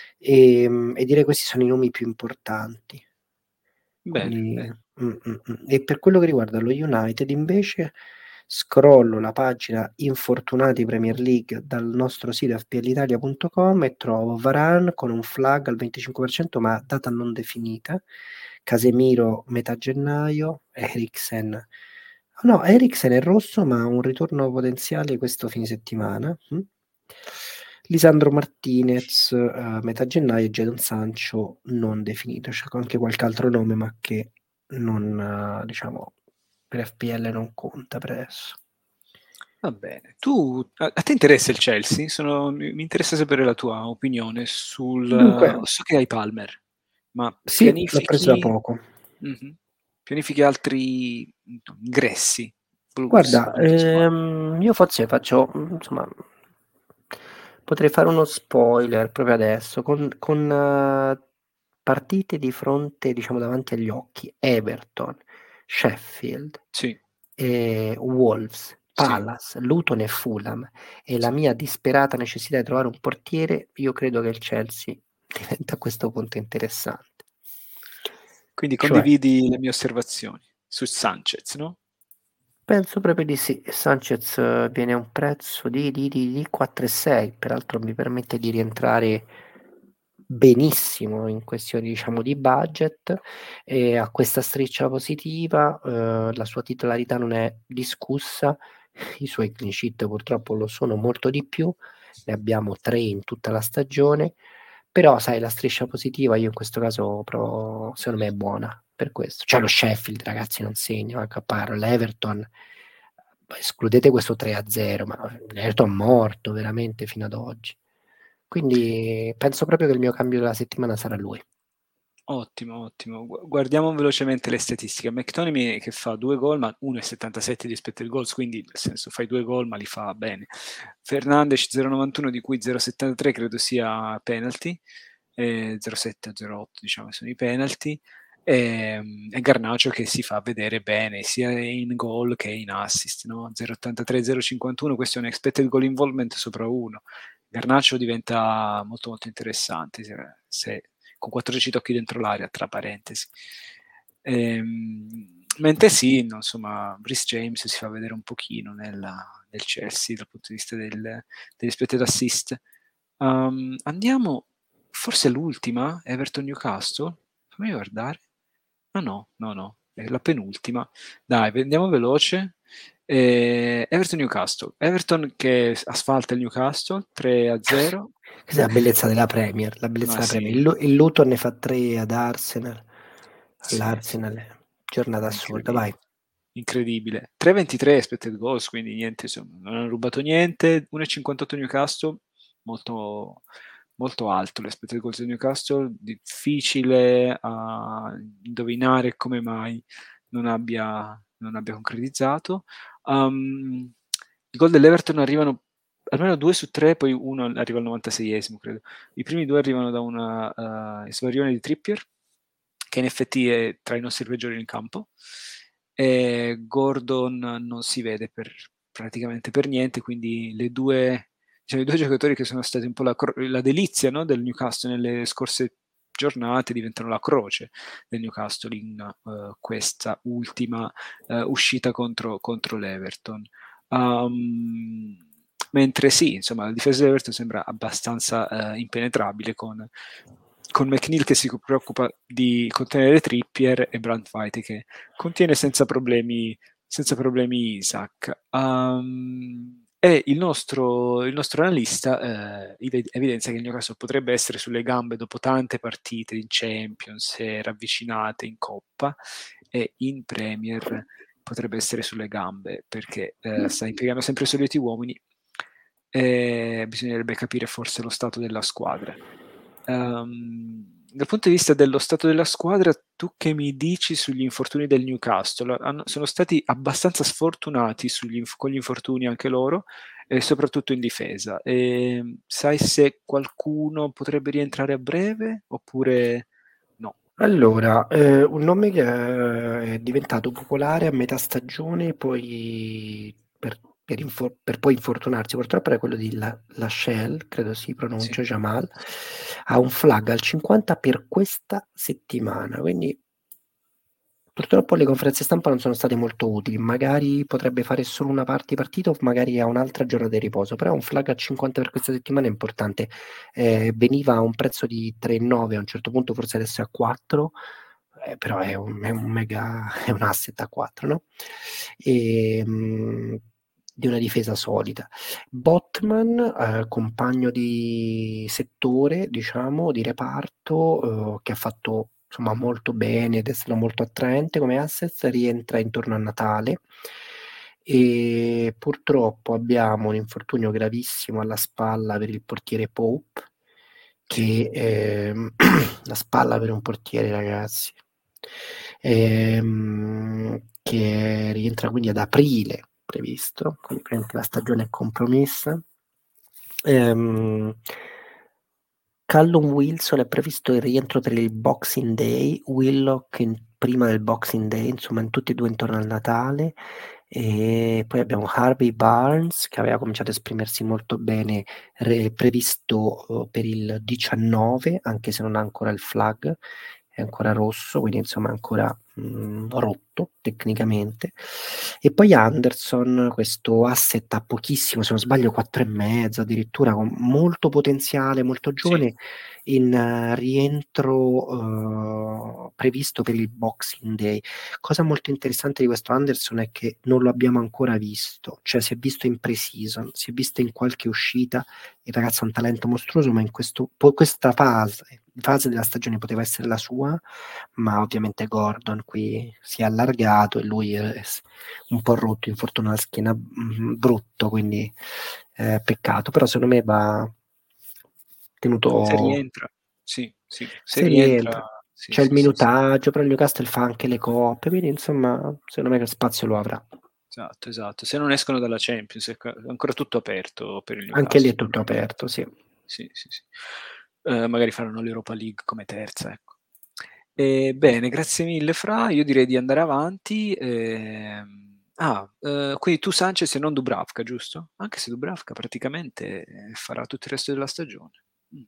e direi questi sono i nomi più importanti. Bene, Quindi, bene. E per quello che riguarda lo United invece, scrollo la pagina Infortunati Premier League dal nostro sito fplitalia.com e trovo Varane con un flag al 25%, ma data non definita, Casemiro metà gennaio, Eriksen. No, Eriksen è rosso, ma ha un ritorno potenziale questo fine settimana. Lisandro Martinez, metà gennaio, e Jadon Sancho non definito. C'è anche qualche altro nome, ma che non, diciamo, per FPL non conta per adesso. Va bene. A te interessa il Chelsea? Mi interessa sapere la tua opinione Dunque, so che hai Palmer, ma sì, l'ho preso da poco. Mhm. Pianifichi altri ingressi, Blues, Guarda, altre squadre? io forse faccio, insomma, potrei fare uno spoiler proprio adesso, con partite di fronte, diciamo, davanti agli occhi: Everton, Sheffield, Sì, Wolves, sì, Palace, Luton e Fulham, e la sì. mia disperata necessità di trovare un portiere. Io credo che il Chelsea diventa a questo punto interessante. Quindi Cioè, condividi le mie osservazioni su Sanchez, no? penso proprio di sì. Sanchez viene a un prezzo di 4,6, peraltro mi permette di rientrare benissimo in questioni, diciamo, di budget, e ha questa striscia positiva, la sua titolarità non è discussa, i suoi clean sheet purtroppo lo sono molto di più, ne abbiamo 3 in tutta la stagione, però sai, la striscia positiva io in questo caso secondo me è buona per questo. Cioè lo Sheffield, ragazzi, non segna, a capparo, l'Everton, escludete questo 3-0, ma l'Everton è morto veramente fino ad oggi. Quindi penso proprio che il mio cambio della settimana sarà lui. Ottimo, ottimo. Guardiamo velocemente le statistiche. McTominay che fa 2 gol, ma 1,77 di expected goals, quindi nel senso fai 2 gol, ma li fa bene. Fernandes 0,91, di cui 0,73 credo sia penalty, 0,7 o 0,8 diciamo sono i penalty, e Garnacio che si fa vedere bene sia in gol che in assist, no? 0,83, 0,51, questo è un expected goal involvement sopra 1. Garnacio diventa molto molto interessante se con 14 tocchi dentro l'area, tra parentesi. Mentre sì, insomma, Brice James si fa vedere un pochino nel Chelsea dal punto di vista degli expected assist. Andiamo, forse l'ultima, Everton-Newcastle. Fammi guardare. Ah no, è la penultima. Dai, andiamo veloce. Everton-Newcastle. Everton che asfalta il Newcastle 3-0. Questa è la bellezza della Premier, la bellezza Ma della Premier. sì, Il Luton ne fa 3 ad Arsenal, sì, sì, all'Arsenal, giornata è assurda, vai. incredibile. 3,23 expected goals, quindi niente, insomma, non hanno rubato niente. 1,58 Newcastle, molto, molto alto l'expected goals di Newcastle, difficile a indovinare come mai non abbia concretizzato. I gol dell'Everton arrivano almeno 2 su 3, poi uno arriva al 96esimo, credo. I primi 2 arrivano da una svarione di Trippier, che in effetti è tra i nostri peggiori in campo. Gordon non si vede praticamente per niente, quindi diciamo, i due giocatori che sono stati un po' la delizia, no, del Newcastle nelle scorse giornate diventano la croce del Newcastle in questa ultima uscita contro l'Everton. Mentre sì, insomma, la difesa dell'Everton sembra abbastanza impenetrabile con McNeil che si preoccupa di contenere Trippier e Brandt White che contiene senza problemi Isaac. E il nostro analista evidenzia che il Newcastle potrebbe essere sulle gambe dopo tante partite in Champions, ravvicinate in Coppa, e in Premier potrebbe essere sulle gambe perché sta impiegando sempre i soliti uomini e bisognerebbe capire forse lo stato della squadra. Dal punto di vista dello stato della squadra, tu che mi dici sugli infortuni del Newcastle? Sono stati abbastanza sfortunati con gli infortuni anche loro, e soprattutto in difesa. Sai se qualcuno potrebbe rientrare a breve oppure no? Allora, un nome che è diventato popolare a metà stagione, poi per poi infortunarsi, purtroppo era quello di Lachelle, credo si pronuncia, Sì. Jamal, ha un flag al 50 per questa settimana, quindi purtroppo le conferenze stampa non sono state molto utili, magari potrebbe fare solo una parte partita o magari ha un'altra giornata di riposo, però un flag a 50 per questa settimana è importante. Veniva a un prezzo di 3,9, a un certo punto forse adesso è a 4, però è un mega, è un asset a 4, no? E, di una difesa solida. Botman, compagno di settore, diciamo, di reparto, che ha fatto insomma molto bene ed è stato molto attraente come asset, rientra intorno a Natale e purtroppo abbiamo un infortunio gravissimo alla spalla per il portiere Pope, Sì. che la spalla per un portiere, ragazzi, che rientra quindi ad aprile previsto, quindi la stagione è compromessa. Callum Wilson è previsto il rientro per il Boxing Day, Willock prima del Boxing Day, insomma in tutti e due intorno al Natale. E poi abbiamo Harvey Barnes che aveva cominciato a esprimersi molto bene, previsto per il 19, anche se non ha ancora il flag, è ancora rosso, quindi insomma è ancora rotto tecnicamente. E poi Anderson, questo asset a pochissimo, se non sbaglio 4,5 addirittura, con molto potenziale, molto Sì. giovane, in rientro previsto per il Boxing Day. Cosa molto interessante di questo Anderson è che non lo abbiamo ancora visto, cioè si è visto in pre-season, si è visto in qualche uscita, il ragazzo ha un talento mostruoso, ma in questa fase della stagione poteva essere la sua, ma ovviamente Gordon qui si è allargato e lui è un po' rotto, infortunio alla schiena brutto, quindi peccato, però secondo me va Se tenuto, rientra, sì, sì, se se rientra, rientra, sì, c'è il sì, sì, sì. minutaggio, però il Newcastle fa anche le coppe, quindi insomma secondo me che spazio lo avrà. Esatto, esatto. Se non escono dalla Champions è ancora tutto aperto per il Anche lì è Newcastle. tutto aperto, sì. Sì, sì, sì. Magari faranno l'Europa League come terza, ecco. Bene, grazie mille Fra, io direi di andare avanti. Quindi tu Sanchez e non Dubravka, giusto? Anche se Dubravka praticamente farà tutto il resto della stagione.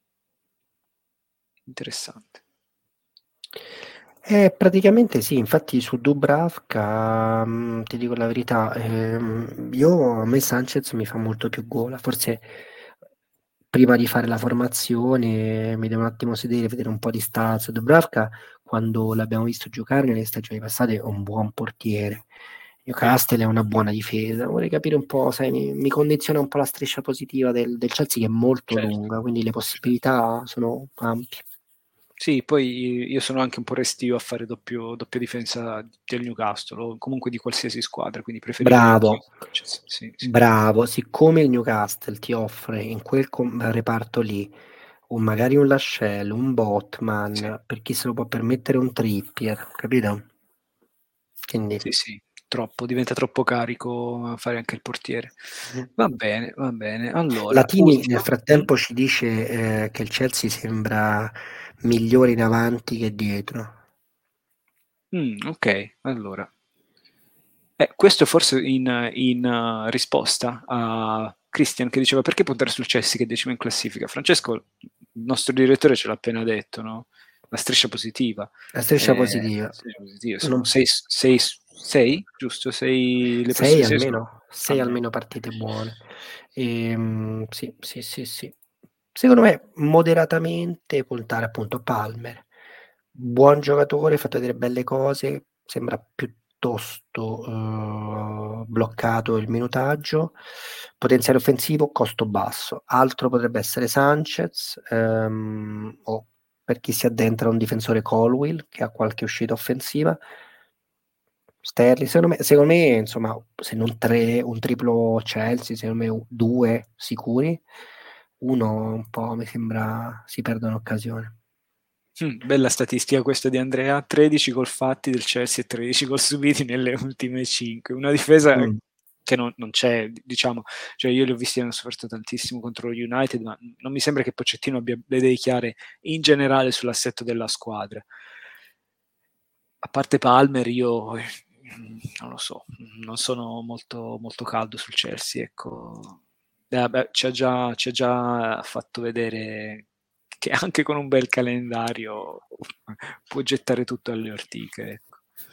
Interessante. Praticamente sì, infatti su Dubravka, ti dico la verità, a me Sanchez mi fa molto più gola, forse prima di fare la formazione mi devo un attimo sedere, vedere un po' di stats. Dubravka, quando l'abbiamo visto giocare nelle stagioni passate, è un buon portiere. Sì, Newcastle è una buona difesa. Vorrei capire un po', sai, mi condiziona un po' la striscia positiva del Chelsea che è molto certo. lunga, quindi le possibilità sono ampie. Sì, poi io sono anche un po' restio a fare doppia difesa del Newcastle o comunque di qualsiasi squadra, quindi preferirei anch'io Bravo, Sanchez. Sì, sì, bravo. Siccome il Newcastle ti offre in quel reparto lì magari un Lascelles, un sì, Botman, per chi se lo può permettere un Trippier, capito? Quindi sì, sì, troppo, diventa troppo carico fare anche il portiere. mhm. Va bene, va bene. Allora, Latini nel ultima. frattempo ci dice che il Chelsea sembra migliore in avanti che dietro. Ok, allora. Questo forse in risposta a Christian che diceva perché puntare sul Chelsea che è decimo in classifica. Francesco, il nostro direttore ce l'ha appena detto, no? La striscia positiva. La striscia positiva. Striscia positiva. Sono Non- sei, giusto? Le Sei prossime sei sono almeno, sei almeno. almeno partite buone. Sì, sì, sì, sì. Secondo me moderatamente puntare appunto Palmer. Buon giocatore, ha fatto delle belle cose, sembra piuttosto bloccato il minutaggio. Potenziale offensivo, costo basso. Altro potrebbe essere Sanchez, o per chi si addentra un difensore Colwill che ha qualche uscita offensiva. Sterling, secondo me, insomma, se non tre, un triplo Chelsea, secondo me due sicuri, uno un po' mi sembra si perda un'occasione. Bella statistica questa di Andrea, 13 gol fatti del Chelsea e 13 gol subiti nelle ultime 5. Una difesa Mm. che non c'è, diciamo, cioè io li ho visti, hanno sofferto tantissimo contro lo United, ma non mi sembra che Pochettino abbia le idee chiare in generale sull'assetto della squadra. A parte Palmer, io non lo so, non sono molto, molto caldo sul Chelsea, ecco. Beh, ci ha già fatto vedere che anche con un bel calendario può gettare tutto alle ortiche, ecco.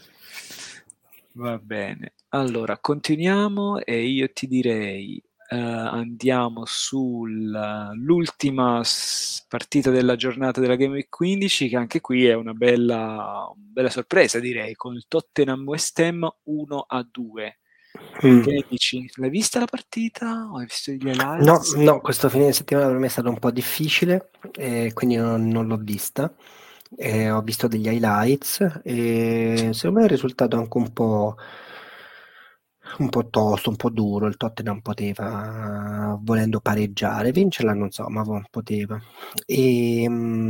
Va bene, allora continuiamo e io ti direi andiamo sull'ultima partita della giornata della Game Week 15, che anche qui è una bella sorpresa, direi, con il Tottenham West Ham 1-2. Che ne dici? L'hai vista la partita? O hai visto gli highlights? No, questo fine settimana per me è stato un po' difficile, quindi non l'ho vista. Ho visto degli highlights e secondo me è il risultato anche un po' tosto, un po' duro. Il Tottenham poteva, volendo pareggiare, vincerla non so, ma poteva. E,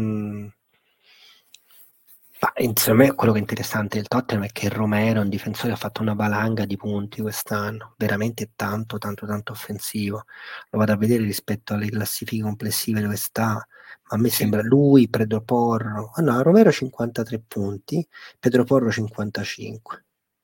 secondo me quello che è interessante del Tottenham è che Romero, un difensore, ha fatto una valanga di punti quest'anno, veramente tanto offensivo. Lo vado a vedere rispetto alle classifiche complessive dove sta, ma a me sembra lui, Pedro Porro, no, Romero 53 punti, Pedro Porro 55.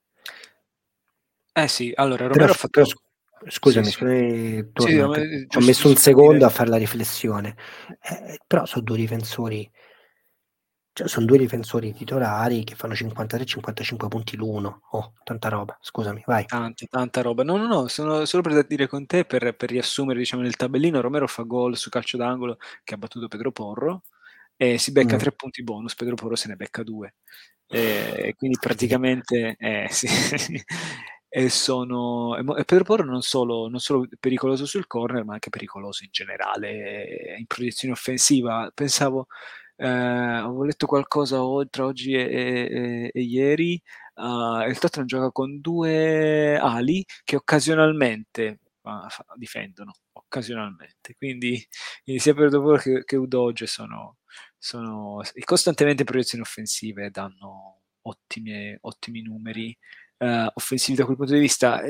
Sì, allora Però, Romero ha fatto... Sì, scusami, sì. Sì, torna, ci ho giusto, messo un giusto per secondo dire... a fare la riflessione. Però sono due difensori, cioè sono due difensori titolari che fanno 53-55 punti l'uno. Oh, tanta roba, scusami, vai. Tanta roba. No, sono solo per dire con te, per riassumere, diciamo, nel tabellino, Romero fa gol su calcio d'angolo che ha battuto Pedro Porro e si becca 3 punti bonus, Pedro Porro se ne becca 2. Quindi Vedi che praticamente, sì. E Pedro Porro non solo pericoloso sul corner, ma anche pericoloso in generale, in proiezione offensiva. Pensavo, avevo letto qualcosa tra oggi e ieri. Il Tottenham gioca con 2 ali che occasionalmente difendono, occasionalmente. Quindi sia Pedro Porro che Udogie sono costantemente in proiezioni offensive, danno ottimi numeri offensivi da quel punto di vista.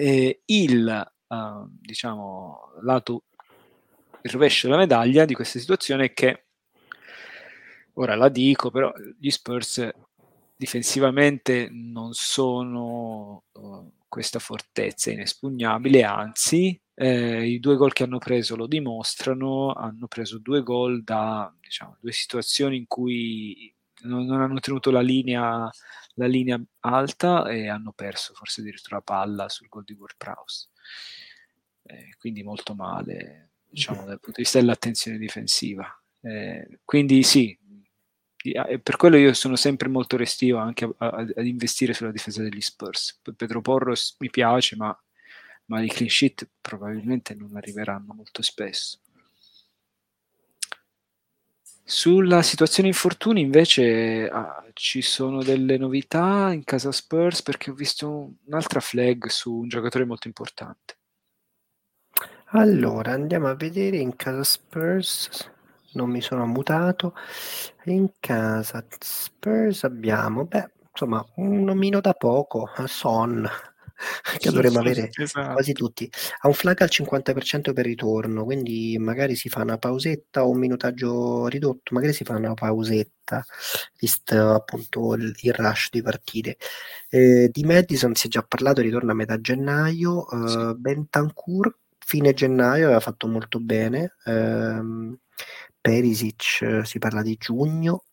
Diciamo, il rovescio della medaglia di questa situazione è che, ora la dico, però gli Spurs difensivamente non sono questa fortezza inespugnabile, anzi i 2 gol che hanno preso lo dimostrano. Hanno preso 2 gol da, diciamo, 2 situazioni in cui non hanno tenuto la linea alta e hanno perso forse addirittura la palla sul gol di Ward-Prowse. Quindi molto male, diciamo, dal punto di vista dell'attenzione difensiva. Quindi sì, per quello io sono sempre molto restio anche ad investire sulla difesa degli Spurs. Pedro Porro mi piace, ma i clean sheet probabilmente non arriveranno molto spesso. Sulla situazione infortuni invece ci sono delle novità in casa Spurs, perché ho visto un'altra flag su un giocatore molto importante. Allora, andiamo a vedere in casa Spurs. Non mi sono mutato. In casa Spurs abbiamo, insomma, un nomino da poco, Son, che dovremmo avere quasi Esatto. tutti. Ha un flag al 50% per ritorno, quindi magari si fa una pausetta o un minutaggio ridotto, magari si fa una pausetta, visto appunto il rush di partite. Di Madison si è già parlato, ritorna a metà gennaio. Sì. Bentancur fine gennaio aveva fatto molto bene. Perisic si parla di giugno.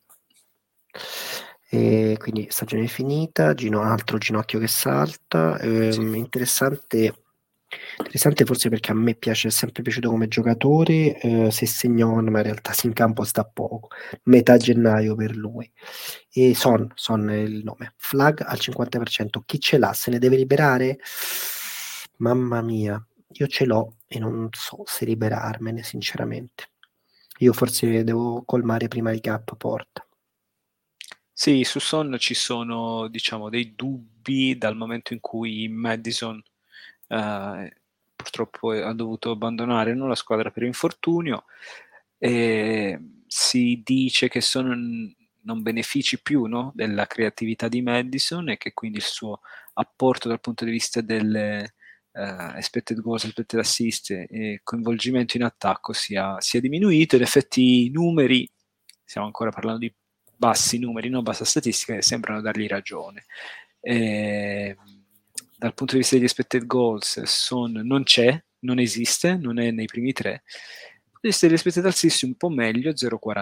E quindi stagione finita, altro ginocchio che salta. Sì. Interessante forse perché a me piace, è sempre piaciuto come giocatore. Se Segnon, ma in realtà in campo sta poco. Metà gennaio per lui. E Son è il nome. Flag al 50%. Chi ce l'ha? Se ne deve liberare? Mamma mia, io ce l'ho e non so se liberarmene, sinceramente. Io forse devo colmare prima il gap porta. Sì, su Son ci sono, diciamo, dei dubbi dal momento in cui Madison purtroppo ha dovuto abbandonare, no, la squadra per infortunio, e si dice che Son non benefici più, no, della creatività di Madison, e che quindi il suo apporto dal punto di vista delle expected goals, expected assist e coinvolgimento in attacco sia diminuito. In effetti i numeri, stiamo ancora parlando di bassi numeri, non bassa statistica, che sembrano dargli ragione. Dal punto di vista degli expected goals, Son non c'è, non esiste, non è nei primi 3. Dal punto di vista degli expected assists un po' meglio,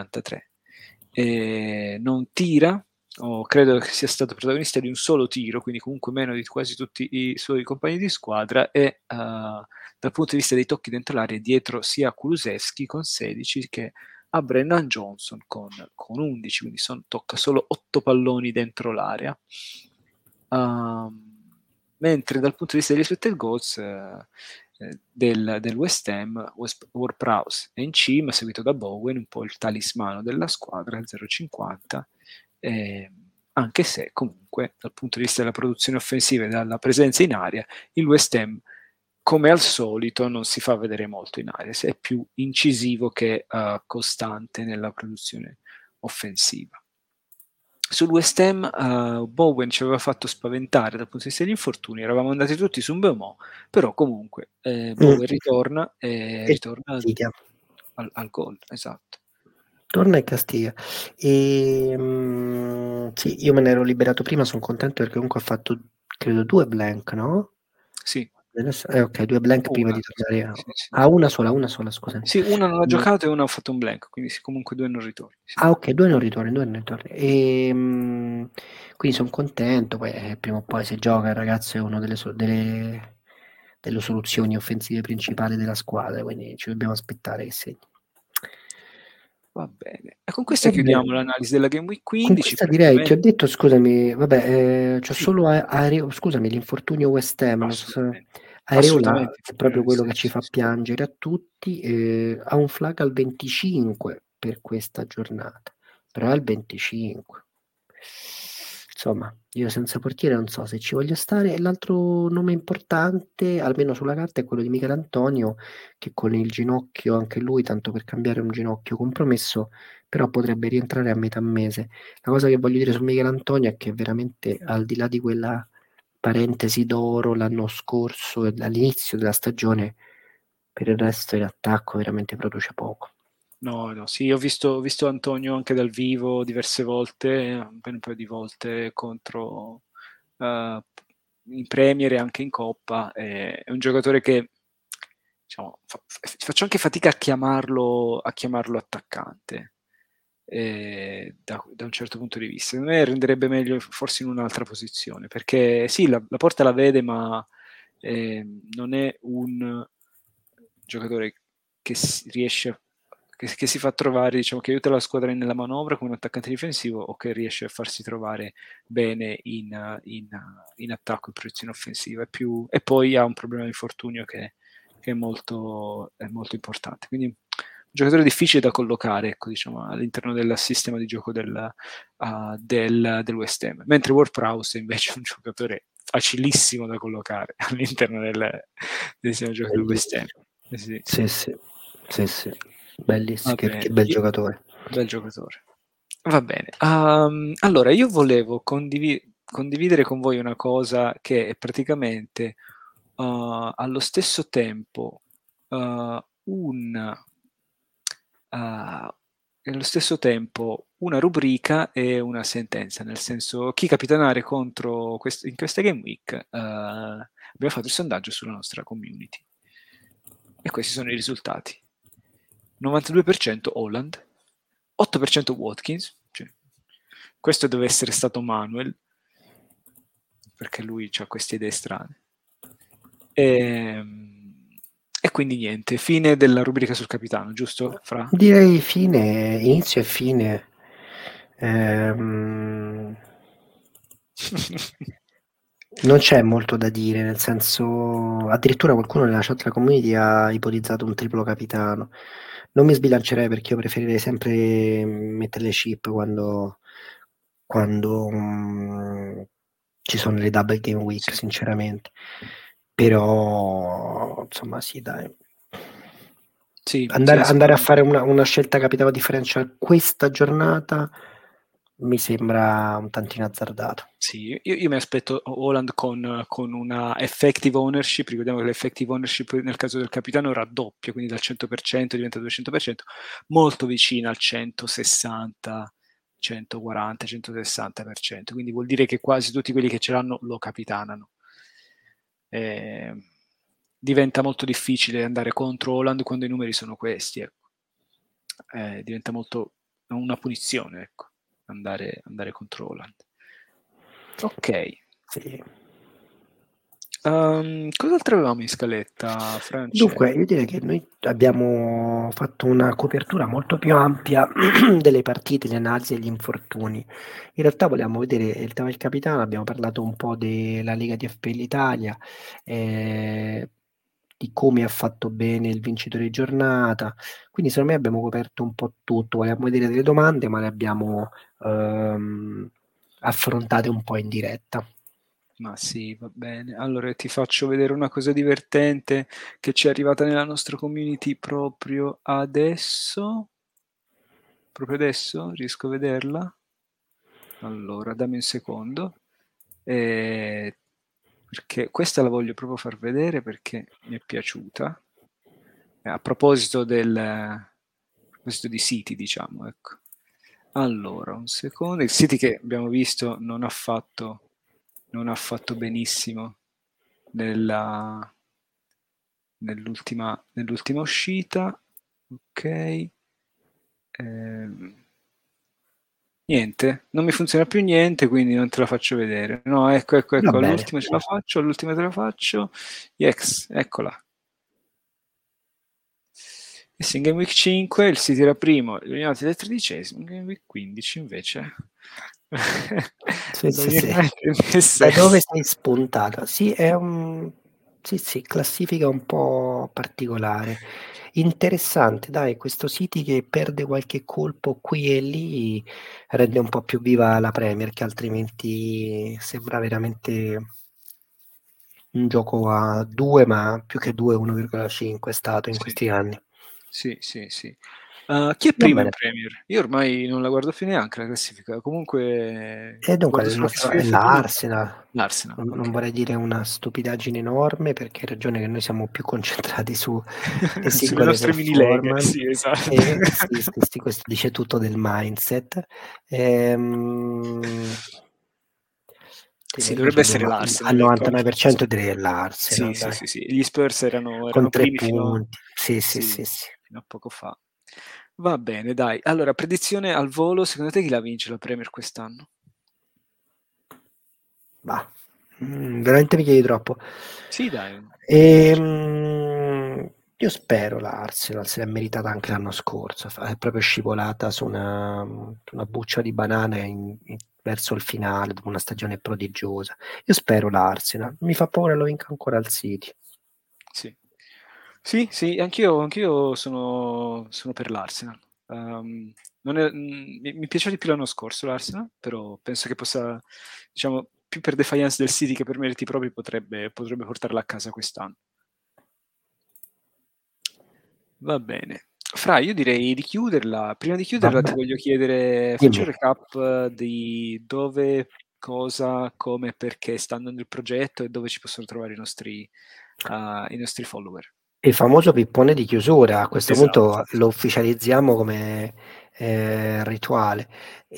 0,43. Non tira, credo che sia stato protagonista di un solo tiro, quindi comunque meno di quasi tutti i suoi compagni di squadra, e dal punto di vista dei tocchi dentro l'area, dietro sia a Kulusevski con 16 che a Brennan Johnson con 11, quindi tocca solo 8 palloni dentro l'area. Mentre dal punto di vista degli expected goals del West Ham, Ward-Prowse è in cima, seguito da Bowen, un po' il talismano della squadra, 0,50, anche se comunque dal punto di vista della produzione offensiva e dalla presenza in area, il West Ham, come al solito, non si fa vedere molto in area, è più incisivo che costante nella produzione offensiva. Sul West Ham Bowen ci aveva fatto spaventare dal punto di vista degli infortuni, eravamo andati tutti su un Mbeumo, però comunque Bowen ritorna al gol, esatto. Torna e castiga. Sì, io me ne ero liberato prima, sono contento perché comunque ha fatto, credo, 2 blank, no? Sì. Ok, 2 blank prima di tornare sì. una sola, scusami. Sì, una non ha giocato e una ha fatto un blank, quindi comunque 2 non ritorni. Sì. Ok, 2 non ritorni. Quindi sono contento, poi prima o poi se gioca il ragazzo è una delle soluzioni offensive principali della squadra, quindi ci dobbiamo aspettare che segni. Va bene. E con questa chiudiamo l'analisi della Game Week 15. Con questa direi, ti ho detto, scusami, vabbè, c'ho solo scusami, l'infortunio West Ham. Areola è proprio quello che ci fa piangere a tutti. Ha un flag al 25 per questa giornata, però è al 25. Insomma, io senza portiere non so se ci voglio stare. E l'altro nome importante, almeno sulla carta, è quello di Michele Antonio, che con il ginocchio, anche lui, tanto per cambiare un ginocchio compromesso, però potrebbe rientrare a metà mese. La cosa che voglio dire su Michele Antonio è che veramente, al di là di quella parentesi d'oro l'anno scorso e all'inizio della stagione, per il resto in attacco veramente produce poco. No, sì, ho visto Antonio anche dal vivo diverse volte, un paio di volte contro in Premier e anche in Coppa. È un giocatore che, diciamo, faccio anche fatica a chiamarlo attaccante. Da un certo punto di vista, secondo me renderebbe meglio forse in un'altra posizione, perché sì, la porta la vede, ma non è un giocatore che riesce che si fa trovare, diciamo, che aiuta la squadra nella manovra come un attaccante difensivo, o che riesce a farsi trovare bene in attacco, in proiezione offensiva, e poi ha un problema di infortunio che è molto importante, quindi un giocatore difficile da collocare, ecco, diciamo, all'interno del sistema di gioco del West Ham, mentre Ward-Prowse invece è un giocatore facilissimo da collocare all'interno del sistema di gioco del West Ham. Sì. Bellissimo, che bel giocatore. Bel giocatore. Va bene. Allora, io volevo condividere con voi una cosa che è praticamente allo stesso tempo nello stesso tempo una rubrica e una sentenza, nel senso, chi capitanare in questa Game Week. Abbiamo fatto il sondaggio sulla nostra community e questi sono i risultati: 92% Holland, 8% Watkins, cioè, questo deve essere stato Manuel, perché lui ha queste idee strane, e quindi niente, fine della rubrica sul capitano, giusto? Direi fine, inizio e fine. Non c'è molto da dire, nel senso, addirittura qualcuno nella chat della community ha ipotizzato un triplo capitano. Non mi sbilancerei, perché io preferirei sempre mettere le chip quando ci sono le double game week, sinceramente. Però, insomma, sì, dai. Andare a fare una scelta capitano differential questa giornata mi sembra un tantino azzardato. Sì, io mi aspetto Holland con una effective ownership. Ricordiamo che l'effective ownership nel caso del capitano raddoppia, quindi dal 100% diventa 200%, molto vicina al 160 140-160%, quindi vuol dire che quasi tutti quelli che ce l'hanno lo capitanano. Diventa molto difficile andare contro Haaland quando i numeri sono questi, ecco. Diventa molto una punizione, ecco, andare contro Haaland. Ok. Sì. Cos'altro avevamo in scaletta, France? Dunque, io direi che noi abbiamo fatto una copertura molto più ampia delle partite, le analisi e gli infortuni. In realtà volevamo vedere il tema del capitano, abbiamo parlato un po' della Lega di FPL Italia, di come ha fatto bene il vincitore di giornata. Quindi secondo me abbiamo coperto un po' tutto. Volevamo vedere delle domande, ma le abbiamo affrontate un po' in diretta. Ma sì, va bene. Allora ti faccio vedere una cosa divertente che ci è arrivata nella nostra community proprio adesso. Proprio adesso? Riesco a vederla? Allora, dammi un secondo. Perché questa la voglio proprio far vedere perché mi è piaciuta. A proposito di siti, diciamo, ecco. Allora, un secondo. Il City che abbiamo visto non ha fatto benissimo nell'ultima uscita. Ok. Niente, non mi funziona più niente, quindi non te la faccio vedere. No, ecco, Va bene. all'ultima ce la faccio, all'ultima te la faccio. Yes, eccola. In Game Week 5 il City era primo, gli United è 13esimo, in Game Week 15 invece Sì, lo sì, sì. United è Da dove sesto. sei spuntata? Sì, è un... Sì, sì, classifica un po' particolare. Interessante, dai, questo City che perde qualche colpo qui e lì rende un po' più viva la Premier, che altrimenti sembra veramente un gioco a 2, ma più che 2, 1,5 è stato in Sì, questi anni. sì, sì, sì. Chi è Va primo in bene. Premier? Io ormai non la guardo più neanche la classifica, comunque E dunque guardo il solo nostro classifica è femminile. l'Arsenal. L'Arsenal, Non ok. vorrei dire una stupidaggine enorme perché hai ragione che noi siamo più concentrati sulle Sulle singole nostre mini leghe, performance. sì, esatto. Sì, sì, sì, questo dice tutto del mindset. Ehm, Sì, direi dovrebbe cioè, essere al l'Arsenal, ecco, anche 99% direi l'Arsenal, sì, sì, dai. sì, sì. Gli Spurs erano Con 3 primi fino punti. Sì, sì, sì, sì, sì. fino a poco fa. Va bene, dai. Allora, predizione al volo, secondo te chi la vince la Premier quest'anno? Va. Veramente mi chiedi troppo. Sì, dai, mi piace. Io spero l'Arsenal se l'è meritata anche l'anno scorso, è proprio scivolata su una buccia di banana verso il finale, dopo una stagione prodigiosa. Io spero l'Arsenal, mi fa paura lo vinca ancora al City. Sì. Sì, sì, anch'io sono per l'Arsenal. Mi piace di più l'anno scorso l'Arsenal, però penso che possa, diciamo, più per defiance del City che per meriti propri potrebbe portarla a casa quest'anno. Va bene. Fra, io direi di chiuderla. Prima di chiuderla ti Vabbè, voglio chiedere, faccio dimmi. un recap di dove, cosa, come, perché sta andando il progetto e dove ci possono trovare i nostri follower. Il famoso pippone di chiusura, a questo Esatto. punto lo ufficializziamo come rituale.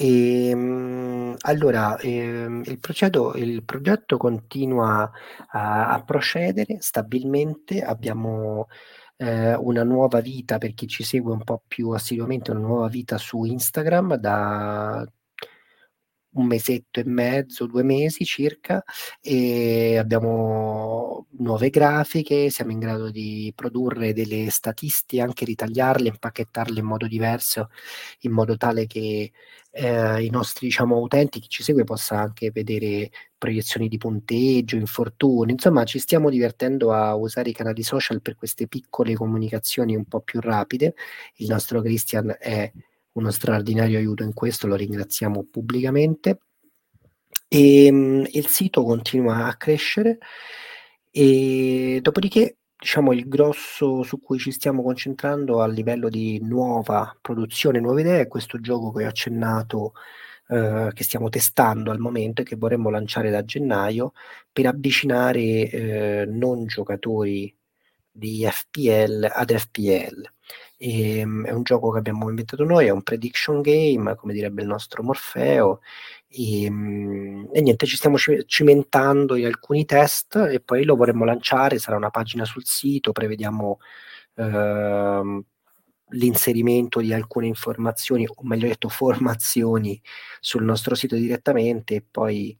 Allora, il progetto continua a procedere stabilmente, abbiamo una nuova vita per chi ci segue un po' più assiduamente, una nuova vita su Instagram da un mesetto e mezzo, 2 mesi circa, e abbiamo nuove grafiche, siamo in grado di produrre delle statistiche, anche ritagliarle, impacchettarle in modo diverso, in modo tale che i nostri, diciamo, utenti, chi ci segue, possa anche vedere proiezioni di punteggio, infortuni, insomma ci stiamo divertendo a usare i canali social per queste piccole comunicazioni un po' più rapide. Il nostro Christian è uno straordinario aiuto in questo, lo ringraziamo pubblicamente. Il sito continua a crescere e dopodiché, diciamo, il grosso su cui ci stiamo concentrando a livello di nuova produzione, nuove idee, è questo gioco che ho accennato, che stiamo testando al momento e che vorremmo lanciare da gennaio per avvicinare non giocatori di FPL ad FPL. È un gioco che abbiamo inventato noi, è un prediction game, come direbbe il nostro Morfeo, e niente, ci stiamo cimentando in alcuni test e poi lo vorremmo lanciare, sarà una pagina sul sito, prevediamo l'inserimento di alcune informazioni, o meglio detto formazioni sul nostro sito direttamente e poi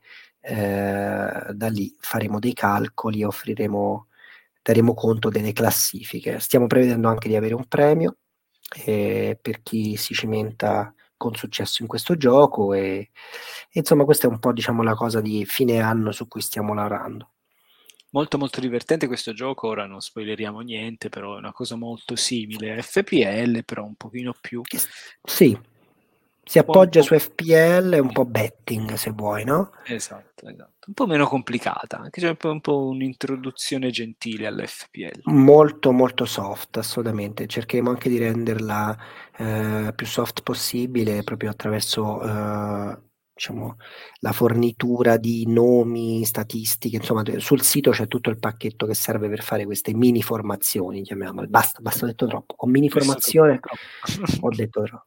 da lì faremo dei calcoli, daremo conto delle classifiche. Stiamo prevedendo anche di avere un premio per chi si cimenta con successo in questo gioco e insomma questa è un po' diciamo la cosa di fine anno su cui stiamo lavorando. Molto molto divertente questo gioco, ora non spoileriamo niente, però è una cosa molto simile a FPL, però un pochino più... Sì, si un appoggia po', su FPL e un po' betting se vuoi, no? esatto, esatto. Un po' meno complicata, anche se è un po' un'introduzione gentile all'FPL. Molto molto soft, assolutamente. Cercheremo anche di renderla più soft possibile proprio attraverso diciamo, la fornitura di nomi, statistiche. Insomma, sul sito c'è tutto il pacchetto che serve per fare queste mini formazioni, chiamiamole. Basta, ho detto troppo. Con mini Questo formazione troppo. ho detto troppo.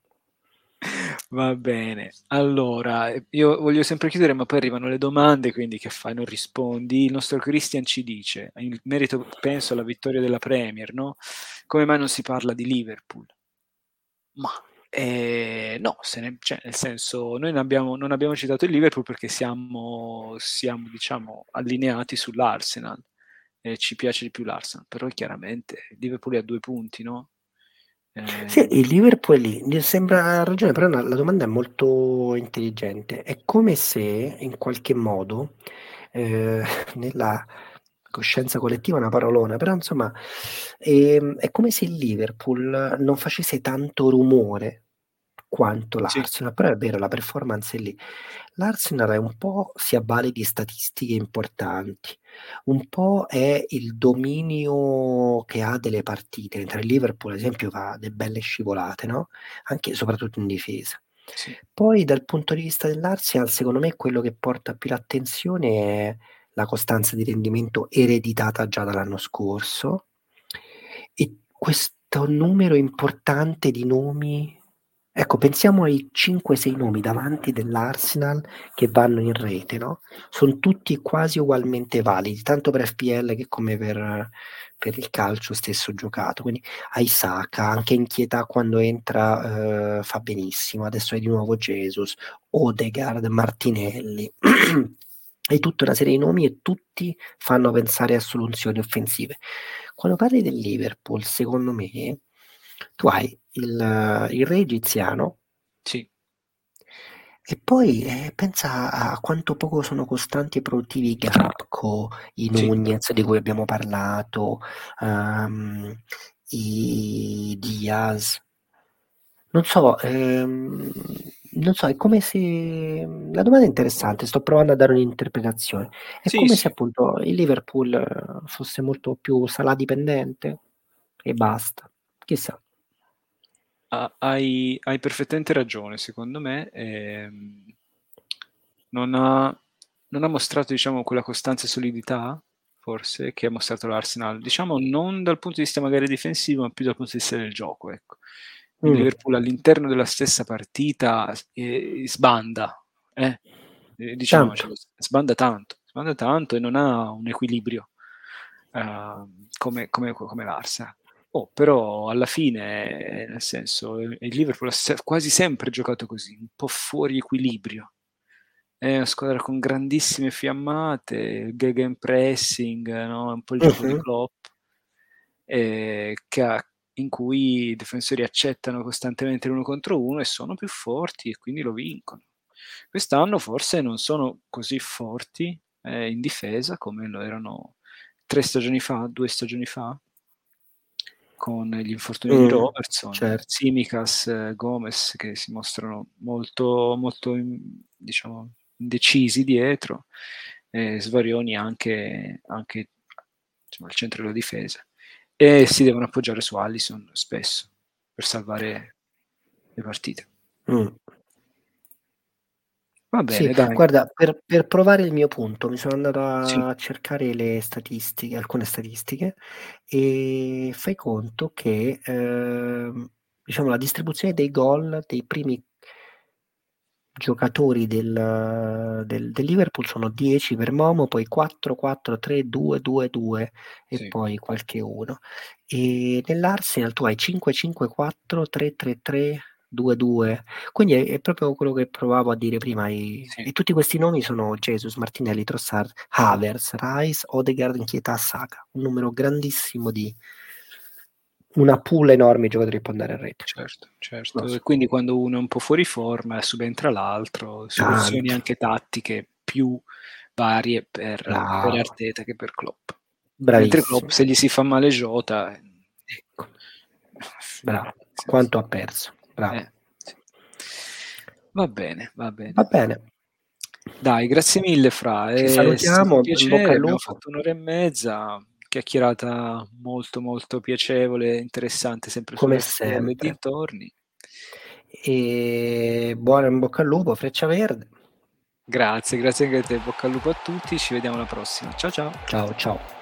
Va bene, allora io voglio sempre chiudere, ma poi arrivano le domande, quindi che fai? Non rispondi. Il nostro Christian ci dice, in merito penso alla vittoria della Premier, no? Come mai non si parla di Liverpool? Ma no, cioè, nel senso, noi non abbiamo citato il Liverpool perché siamo diciamo, allineati sull'Arsenal. Ci piace di più l'Arsenal, però chiaramente il Liverpool è a 2 punti, no? Sì, Eh, il Liverpool è lì, mi sembra ragione, però la domanda è molto intelligente. È come se in qualche modo eh, nella coscienza collettiva è una parolona, però insomma è come se il Liverpool non facesse tanto rumore quanto sì, l'Arsenal, però è vero, la performance è lì. L'Arsenal è un po' si avvale di statistiche importanti, un po' è il dominio che ha delle partite, mentre il Liverpool, ad esempio, fa delle belle scivolate, no? Anche e soprattutto in difesa. sì. Poi dal punto di vista dell'Arsenal, secondo me quello che porta più l'attenzione è la costanza di rendimento ereditata già dall'anno scorso e questo numero importante di nomi. Ecco, pensiamo ai 5-6 nomi davanti dell'Arsenal che vanno in rete, no? Sono tutti quasi ugualmente validi, tanto per FPL che come per il calcio stesso giocato. Quindi hai Saka, anche in Chietà quando entra fa benissimo, adesso è di nuovo Jesus, Odegaard, Martinelli. Hai tutta una serie di nomi e tutti fanno pensare a soluzioni offensive. Quando parli del Liverpool, secondo me, tu hai il re egiziano Sì, e poi pensa a quanto poco sono costanti e produttivi i Gakpo, i sì. Nunez di cui abbiamo parlato, ehm, i Diaz. Non so, è come se la domanda è interessante, sto provando a dare un'interpretazione. È Sì, come se sì. appunto il Liverpool fosse molto più Salah dipendente e basta. Chissà. Hai perfettamente ragione, secondo me. Non ha, non ha mostrato, diciamo, quella costanza e solidità, forse, che ha mostrato l'Arsenal. Diciamo, non dal punto di vista magari difensivo, ma più dal punto di vista del gioco, ecco. Il Mm, Liverpool all'interno della stessa partita sbanda, tanto. diciamocelo, sbanda tanto e non ha un equilibrio come l'Arsenal. Oh, però alla fine, nel senso, il Liverpool ha quasi sempre giocato così, un po' fuori equilibrio. È una squadra con grandissime fiammate, il gegenpressing, no? Un po' il gioco di Mhm. Klopp, in cui i difensori accettano costantemente l'uno contro uno e sono più forti e quindi lo vincono. Quest'anno forse non sono così forti in difesa come lo erano 3 stagioni fa, 2 stagioni fa, con gli infortuni di Mm, Robertson, certo. Tsimikas, Gomez che si mostrano molto, molto diciamo, indecisi dietro, e Svarioni anche diciamo, al centro della difesa. E si devono appoggiare su Allison spesso per salvare le partite. Mm. Va Sì, bene, dai. guarda, per provare il mio punto mi sono andato Sì, a cercare le statistiche, alcune statistiche, e fai conto che diciamo, la distribuzione dei gol dei primi giocatori del Liverpool sono 10 per Momo, poi 4, 4, 3, 2, 2, 2 e sì, poi qualche uno. E nell'Arsenal tu hai 5, 5, 4, 3, 3, 3, 2, 2. Quindi è proprio quello che provavo a dire prima. sì, E tutti questi nomi sono Jesus, Martinelli, Trossard, Havertz, Rice, Odegaard, Nketiah, Saka. Un numero grandissimo di una pool enorme di giocatori che può andare a rete. certo, Non certo. E so, quindi quando uno è un po' fuori forma, subentra l'altro, soluzioni tanto. anche tattiche più varie per Bravo, Arteta che per Klopp. Mentre Klopp, bravissimo. se gli si fa male Jota, Ecco, bravo. senso, Quanto ha perso. Bravo. sì. Va bene, va Va bene. bene. Dai, grazie mille Fra, Ci è stato un salutiamo, in bocca piacere, al abbiamo lupo, fatto un'ora e mezza, chiacchierata molto molto piacevole, interessante, sempre come sulla FPL e sempre. dintorni. E buona in bocca al lupo, Freccia Verde. Grazie, grazie anche a te, bocca al lupo a tutti, ci vediamo alla prossima. Ciao ciao. Ciao, ciao.